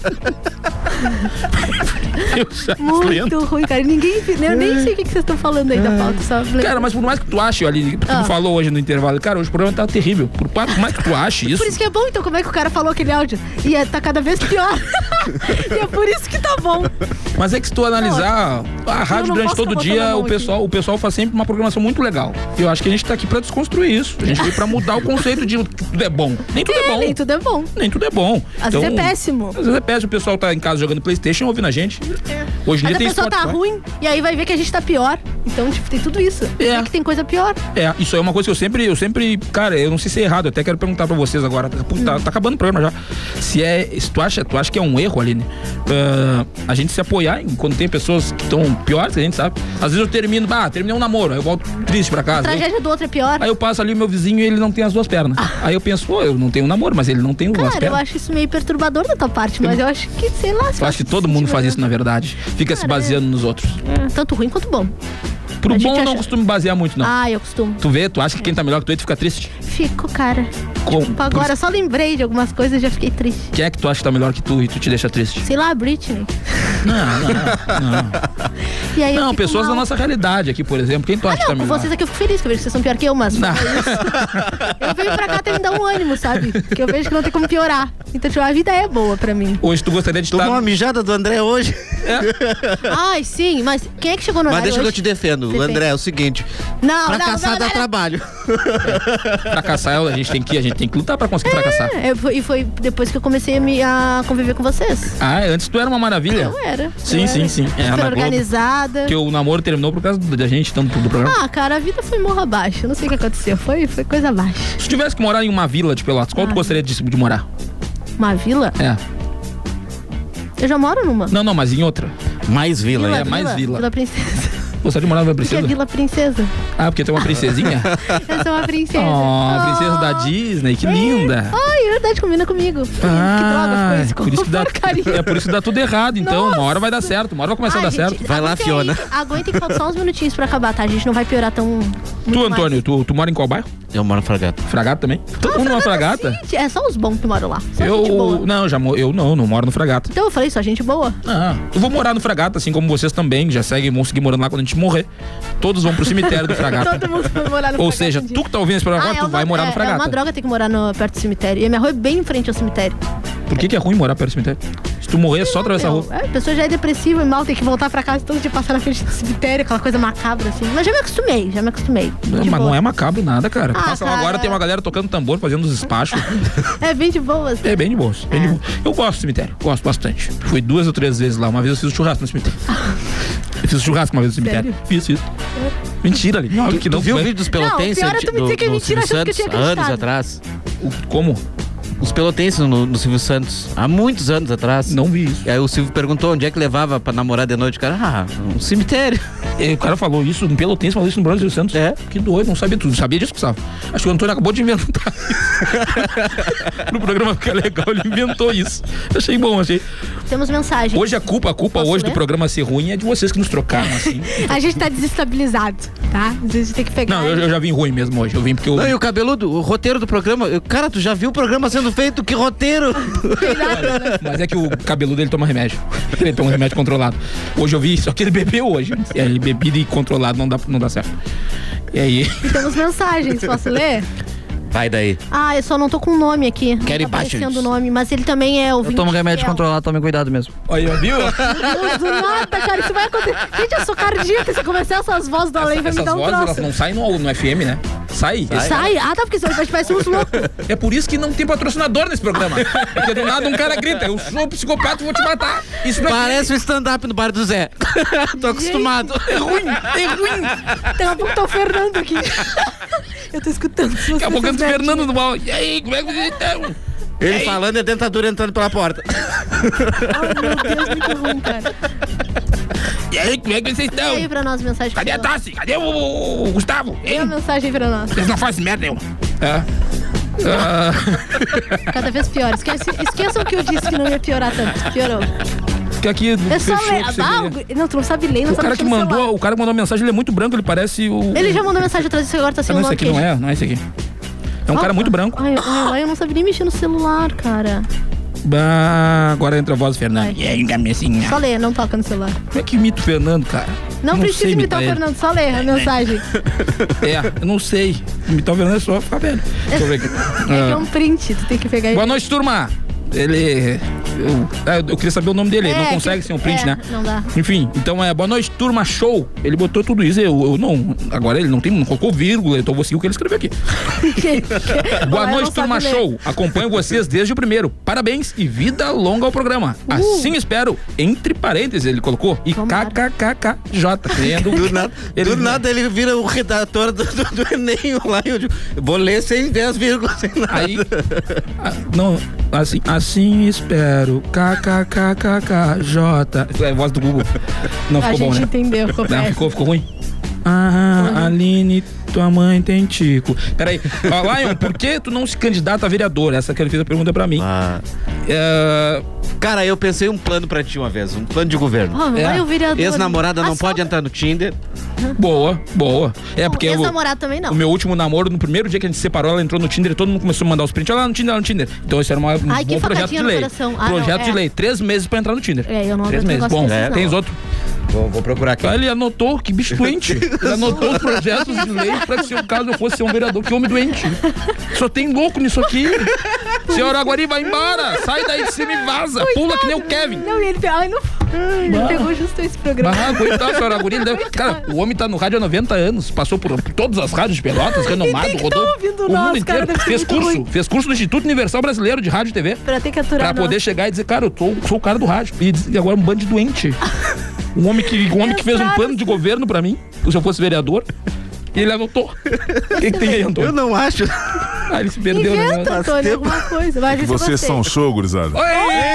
Eu já lendo. Muito ruim, cara. Ninguém. Eu nem sei o que que vocês estão falando aí da pauta. Só lembro. Cara, mas por mais que tu ache, ali, tu Ah. falou hoje no intervalo, cara, hoje o programa tá terrível. Por, por mais que tu ache isso. Por isso que é bom, então, como é que o cara falou aquele áudio? E é, tá cada vez pior. E é por isso que tá bom. Mas é que se tu analisar a rádio durante todo dia, o pessoal, o pessoal faz sempre uma programação muito legal. E eu acho que a gente tá aqui pra desconstruir isso. A gente veio pra mudar o conceito de que tudo é bom. Nem tudo é, é bom. Nem tudo é bom. Nem tudo é bom. Às então, vezes é péssimo. Às vezes é péssimo. O pessoal tá em casa jogando PlayStation ouvindo a gente. É. Hoje em dia tem Spotify. A pessoa tá ruim e aí vai ver que a gente tá pior. Então, tipo, tem tudo isso. É. Que tem coisa pior. É, isso é uma coisa que eu sempre, eu sempre, cara, eu não sei se é errado, eu até quero perguntar pra vocês agora. Tá, hum. tá, tá acabando o programa já. Se é, se tu acha, tu acha que é um erro, Aline, uh, a gente se apoiar em, quando tem pessoas que estão piores, a gente sabe. Às vezes eu termino, ah, terminei um namoro, aí eu volto triste pra casa. A tragédia eu, do outro é pior. Aí eu passo ali o meu vizinho e ele não tem as duas pernas. Ah. Aí eu penso, pô, eu não tenho um namoro, mas ele não tem cara, duas pernas. Cara, eu acho isso meio perturbador da tua parte, mas eu acho que, sei lá. Eu acho que todo mundo faz isso, na verdade. Fica cara, se baseando é. nos outros. É, tanto ruim quanto bom. Pro a bom eu não acha... costumo basear muito, não. Ah, eu costumo. Tu vê, tu acha que quem tá melhor que tu, tu fica triste? Fico, cara. Com... Tipo, agora, só lembrei de algumas coisas e já fiquei triste. Quem é que tu acha que tá melhor que tu e tu te deixa triste? Sei lá, a Britney. Não, não, não. E aí não, pessoas mal. da nossa realidade aqui, por exemplo. Quem tu ah, acha não, que tá melhor? Vocês aqui eu fico feliz, que eu vejo que vocês são pior que eu, mas não. Eu venho pra cá até me dar um ânimo, sabe? Que eu vejo que não tem como piorar. Então, tipo, a vida é boa pra mim. Hoje tu gostaria de estar... Tomou uma mijada do André hoje? É. Ai, sim, mas quem é que chegou no horário Mas deixa hoje? que eu te defendo. Defende. André, é o seguinte. Não, fracassar não, dá não, trabalho. É. Fracassar, a gente tem que, a gente tem que lutar pra conseguir é, fracassar. É, e foi depois que eu comecei a, me, a conviver com vocês. Ah, antes tu era uma maravilha. Eu era. Sim, eu sim, era. sim. É, super organizada. Que o namoro terminou por causa da gente, tanto do programa. Ah, cara, a vida foi morro abaixo. Eu não sei o que aconteceu. Foi, foi coisa abaixo. Se tu tivesse que morar em uma vila de Pelotas, qual ah. tu gostaria de, de morar? Uma vila? É. Eu já moro numa. Não, não, mas em outra. Mais vila, vila é. Vila, Mais vila. Vila Princesa. Gostaria de morar na Vila Princesa? Porque é Vila Princesa. Ah, porque tem uma princesinha? Eu sou uma princesa. Oh, oh. Princesa da Disney, que é. linda. Ai, é verdade, combina comigo. Ah, que droga ficou isso. Por isso que dá, é por isso que dá tudo errado, então. Nossa. Uma hora vai dar certo, uma hora vai começar ah, a dar gente, certo. Vai lá, Fiona. Aí, aguentem que faltam só uns minutinhos pra acabar, tá? A gente não vai piorar tão... Tu, Antônio, tu, tu mora em qual bairro? Eu moro no Fragata. Fragata também? Todo ah, mundo numa Fragata? Sim, é só os bons que moram lá. Só eu, gente boa. Não, já, eu não, não moro no Fragata. Então eu falei, só gente boa. Ah, eu vou morar no Fragata, assim como vocês também, já seguem, vão seguir morando lá quando a gente morrer. Todos vão pro cemitério do Fragata. Todo mundo vai morar no Ou Fragata. seja, tu que tá ouvindo esse programa ah, agora, é tu uma, vai morar é, no Fragata. É uma droga ter que morar no, perto do cemitério. E a minha rua é bem em frente ao cemitério. Por que que é ruim morar perto do cemitério? Se tu morrer, é só atravessar a rua. É, a pessoa já é depressiva e mal, tem que voltar pra casa todo dia passar na frente do cemitério, aquela coisa macabra assim. Mas já me acostumei, já me acostumei. Não, mas boa. Não é macabro nada, cara. Ah, Passa, cara. Agora tem uma galera tocando tambor, fazendo os despachos. É bem de boas. É bem de boas. Bem é. de boas. Eu gosto do cemitério, gosto bastante. Fui duas ou três vezes lá. Uma vez eu fiz um churrasco no cemitério. Eu fiz um churrasco uma vez no cemitério. Sério? Fiz, fiz. Mentira ali. Não, tu, que tu não viu o foi. vídeo dos pelotenses? Não, o pior é tu me dizer que é mentira, achando que eu tinha acreditado. Anos atrás. O, como? Os pelotenses no, no Silvio Santos, há muitos anos atrás. Não vi isso. E aí o Silvio perguntou onde é que levava pra namorar de noite. O cara, ah, um cemitério. E o cara falou isso, um pelotense falou isso no Brasil Santos. É? Que doido, não sabia tudo. Sabia disso, Gustavo? Acho que o Antônio acabou de inventar isso. No programa Fica Legal, ele inventou isso. Achei bom, achei. Temos mensagem. Hoje a culpa, a culpa Posso hoje ler? do programa ser ruim é de vocês que nos trocaram, assim. A gente tá desestabilizado, tá? A gente tem que pegar. Não, eu, eu já vim ruim mesmo hoje. Eu vim porque eu... Não, e o cabeludo, o roteiro do programa. Eu, cara, tu já viu o programa sendo feito? Que roteiro? Mas, mas é que o cabeludo ele toma remédio. Ele toma um remédio controlado. Hoje eu vi, só que ele bebeu hoje. E aí, bebida e controlado não dá, não dá certo. E aí. E temos mensagens, posso ler? Vai daí. Ah, eu só não tô com o nome aqui. Quero não tá ir aparecendo o nome, mas ele também é ouvinte. Eu tomo remédio fiel. controlado, tome cuidado mesmo. Olha, viu? Deus, do nada, cara, isso vai acontecer. Gente, eu sou cardíaca, se começar essas vozes do além vai me dar um vozes, troço. elas não saem no, no F M, né? Sai. Sai? Sai? Ah, tá, porque senão a gente parece uns loucos. É por isso que não tem patrocinador nesse programa. Porque do nada um cara grita, eu sou psicopata e vou te matar. Isso não é Parece o stand-up no bar do Zé. Tô acostumado. É ruim, é ruim. Daqui a pouco tá o Fernando aqui. Eu tô escutando. Daqui a pouco tá o Fernando do mal. E aí, como é que vocês estão? Ele falando e a dentadura entrando pela porta. Ai, meu Deus, muito ruim, cara. E aí, como é que vocês estão? E aí pra nós, mensagem. Cadê a Tassi? Cadê o, o Gustavo? Tem uma mensagem pra nós. Vocês não fazem merda nenhuma. É. Uh... Cada vez pior. Esquece, esqueçam que eu disse que não ia piorar tanto. Piorou. Que aqui é só ler. Ah, não, tu não sabe ler, não o sabe cara que mandou, o cara que mandou a mensagem, ele é muito branco, ele parece o... Ele já mandou mensagem atrás, isso agora tá sem ah, o não, esse aqui não é, não é esse aqui. É um Opa. cara muito branco. Ai, ai, eu não sabia nem mexer no celular, cara. Bah, agora entra a voz do Fernando. E aí, cabecinha. Só lê, não toca no celular. Como é que imita o Fernando, cara? Não, não precisa imitar o ele. Fernando, só lê a mensagem. É, eu não sei. Imitar o Fernando é só ficar velho. Deixa eu ver aqui. É que é um print, tu tem que pegar ele. Boa noite, turma. Ele... Eu, é, eu queria saber o nome dele, É, ele não consegue que- sem um print, é, né? não dá. Enfim, então é boa noite, turma show. Ele botou tudo isso, eu, eu não. Agora ele não tem, não colocou vírgula, então eu vou seguir o que ele escreveu aqui. Boa Olha, noite, não turma sabe ler. show. Acompanho vocês desde o primeiro. Parabéns e vida longa ao programa. Uh. Assim espero, entre parênteses, ele colocou. E kkkj. Tendo. Do nada, Ele- do nada ele vira o redator do, do, do Enem lá. Eu digo, vou ler sem ver as vírgulas, sem nada. Aí, ah, não, assim, assim espero, kkkkkj. É a voz do Google. Não A ficou bom, gente né? entendeu, ficou Não, péssimo. ficou, ficou ruim. Ah, Aline, tua mãe tem tico. Peraí, ó, Lion, por que tu não se candidata a vereador? Essa que ele fez a pergunta pra mim. Ah. É, Cara, eu pensei um plano pra ti uma vez, um plano de governo. Ah, vai É. o vereador. Ex-namorada não Ah, pode só- entrar no Tinder. boa, boa. É porque eu, Ex-namorado também não. o meu último namoro, no primeiro dia que a gente se separou, ela entrou no Tinder e todo mundo começou a mandar os prints. Olha lá no Tinder, lá no Tinder. Então esse era uma, um Ai, que bom projeto facadinha de no lei. coração. Ah, projeto não, de é. lei. Três meses pra entrar no Tinder. É, eu não Três eu meses. gosto Bom, desses, é, não. tem os outros. Vou, vou procurar aqui. Ah, ele anotou, que bicho doente. Ele anotou os projetos de lei pra que, se o caso eu fosse ser um vereador, que homem doente. Só tem louco nisso aqui. Senhor Aguari, vai embora. Sai daí de cima e vaza. Pula que nem o Kevin. Não, ele, ai, não, ele Bah. pegou justo esse programa. Ah, coitado, senhor Aguari. ele deve- Cara, o homem tá no rádio há noventa anos. Passou por, por todas as rádios de Pelotas, renomado, tem que rodou tá ouvindo o nós, mundo cara, inteiro. deve ser Fez muito curso. ruim. Fez curso no Instituto Universal Brasileiro de Rádio e T V. Pra ter que aturar Pra poder nós. chegar e dizer, cara, eu tô, sou o cara do rádio. E diz- e agora um bando de doente. Um homem que, um homem que fez um plano de governo pra mim, se eu fosse vereador, e ele anotou. O que, que tem aí, Antônio? Eu não acho. Ah, ele se perdeu, né? Inventa, Antônio, alguma coisa. Vai, gente, eu Vocês gostei. são show, gurizada. Oi!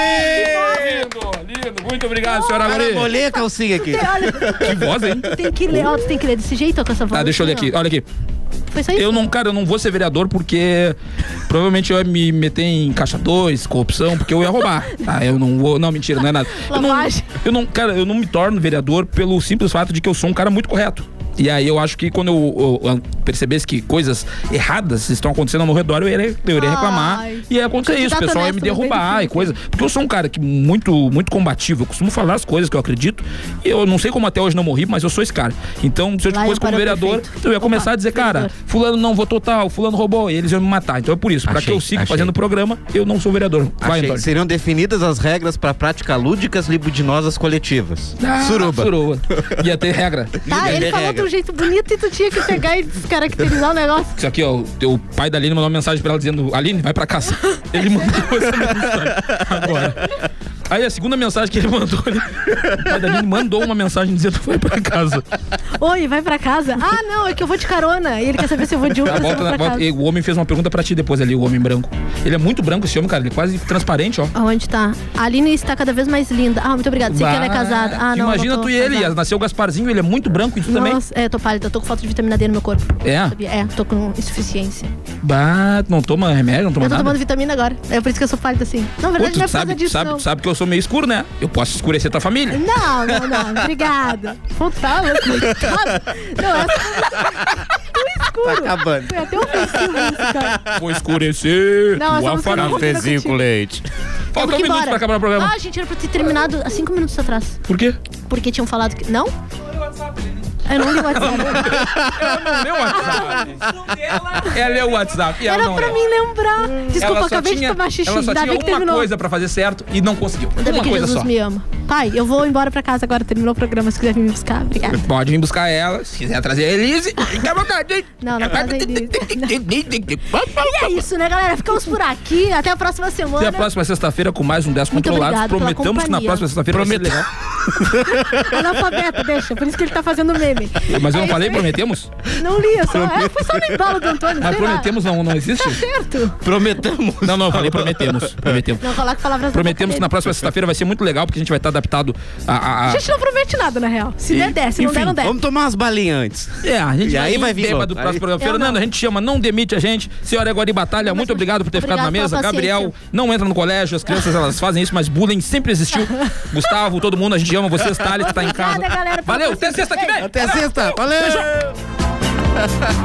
Lindo, lindo. Muito obrigado, senhora Cara, Aguari. vou ler a calcinha aqui. Olha, Que voz, hein? tu tem que ler, ó, tu tem que ler desse jeito, ó, com essa voz. Tá, deixa eu ler assim, aqui. ó. Olha aqui. Foi só isso? Eu não, cara, eu não vou ser vereador porque provavelmente eu ia me meter em caixa dois, corrupção, porque eu ia roubar. Tá, eu não vou. Não, mentira, não é nada. Eu não, Lavagem. eu não, cara, eu não me torno vereador pelo simples fato de que eu sou um cara muito correto. E aí eu acho que quando eu, eu, eu percebesse que coisas erradas estão acontecendo ao meu redor, eu iria, eu iria reclamar. Ai. E ia acontecer isso, o Candidata pessoal ia me honesto, não derrubar tem e coisa. Porque eu sou um cara que muito, muito combativo, eu costumo falar as coisas que eu acredito. E eu não sei como até hoje não morri, mas eu sou esse cara. Então, se eu Lá fosse eu como para vereador, prefeito. eu ia começar Opa, a dizer, cara, vereador. fulano não votou tal, fulano roubou, e eles iam me matar. Então é por isso, pra Achei, que eu siga achei. fazendo o programa, eu não sou vereador. Vai, Achei. Antônio. Seriam definidas as regras para práticas lúdicas libidinosas coletivas. Ah, Suruba. Suruba. Ia ter regra. Tá, Ia ele ter falou regra. de um jeito bonito e tu tinha que pegar e descaracterizar o negócio. Isso aqui, ó, o teu pai da Aline mandou uma mensagem pra ela dizendo, Aline, vai pra casa. Ele mandou essa mensagem agora. Aí a segunda mensagem que ele mandou, ele, o pai da Aline mandou uma mensagem dizendo, vai pra casa. Oi, vai pra casa. Ah, não, é que eu vou de carona. E ele quer saber se eu vou de Uber Tá, ou se eu volta vou na- pra volta- casa. e o homem fez uma pergunta pra ti depois ali, o homem branco. Ele é muito branco esse homem, cara, ele é quase transparente, ó. Aonde tá? A Aline está cada vez mais linda. Ah, muito obrigada. Sei que ela é casada. Ah, não. Imagina não tô tu e ele, casada. nasceu o Gasparzinho, ele é muito branco e tu também. Nossa, é, tô pálida, tô com falta de vitamina D no meu corpo. É? Sabia? É, tô com insuficiência. Bah, tu não toma remédio, não toma Eu tô nada? tomando vitamina agora. É por isso que eu sou pálida assim. Não, na Pô, verdade tu não é por sabe, causa disso, sabe, não. sabe que eu sou meio escuro, né? Eu posso escurecer tua família. Não, não, não. Obrigada. Fontala, coitada. Não, essa... Tô escuro. Tá acabando. Foi até ofensivo isso, cara. Vou escurecer Não, essa tua música não família. combina contigo. leite. Falta Temos um que ir minuto embora. pra acabar o programa. Ah, gente, era pra ter terminado há cinco minutos atrás. Por quê? Porque tinham falado que... Não? Eu não li o WhatsApp. Ela não leu o WhatsApp. Ela leu o WhatsApp e ela Era não pra leu. mim lembrar. Desculpa, Ela só acabei tinha- de tomar xixi. Ela só Ainda tinha bem que uma terminou. coisa pra fazer certo e não conseguiu. Ainda bem Uma que coisa Jesus só. me ama. Pai, eu vou embora pra casa agora. Terminou o programa. Se quiser vir me buscar, obrigada. Pode vir buscar ela. Se quiser trazer a Elise, fica à vontade. Não, não traz a Elise. E é isso, né, galera? Ficamos por aqui. Até a próxima semana. Até a próxima sexta-feira com mais um dez Muito Controlados. obrigado pela Prometemos que na companhia. próxima sexta-feira vai ser legal. Analfabeta, deixa. Por isso que ele tá fazendo meme. Mas eu não É falei, isso aí. prometemos? Não li, eu só... É, foi só no embalo do Antônio, Ah, sei lá. prometemos não, não existe? Tá certo. Prometemos. Não, não, eu falei prometemos. Prometemos. Não coloca palavras na Prometemos boca que na dele. próxima sexta-feira vai ser muito legal, porque a gente vai estar adaptado a. a, A a... gente não promete nada, na real. Se der, der. Se não enfim, der, não der. Vamos tomar umas balinhas antes. É, a gente E aí vai vir bêbado louco. próximo Aí- programa. Eu Fernando, não. a gente chama, não demite a gente. Senhora Guari Batalha, muito obrigado por ter ficado na Obrigado mesa. pela Gabriel, paciência. não entra no colégio, as crianças elas fazem isso, mas bullying sempre existiu. Gustavo, todo mundo, a gente ama vocês, Thales, que tá em casa. Obrigada, galera, pela Valeu, até paciência. sexta que vem. Até sexta. Valeu!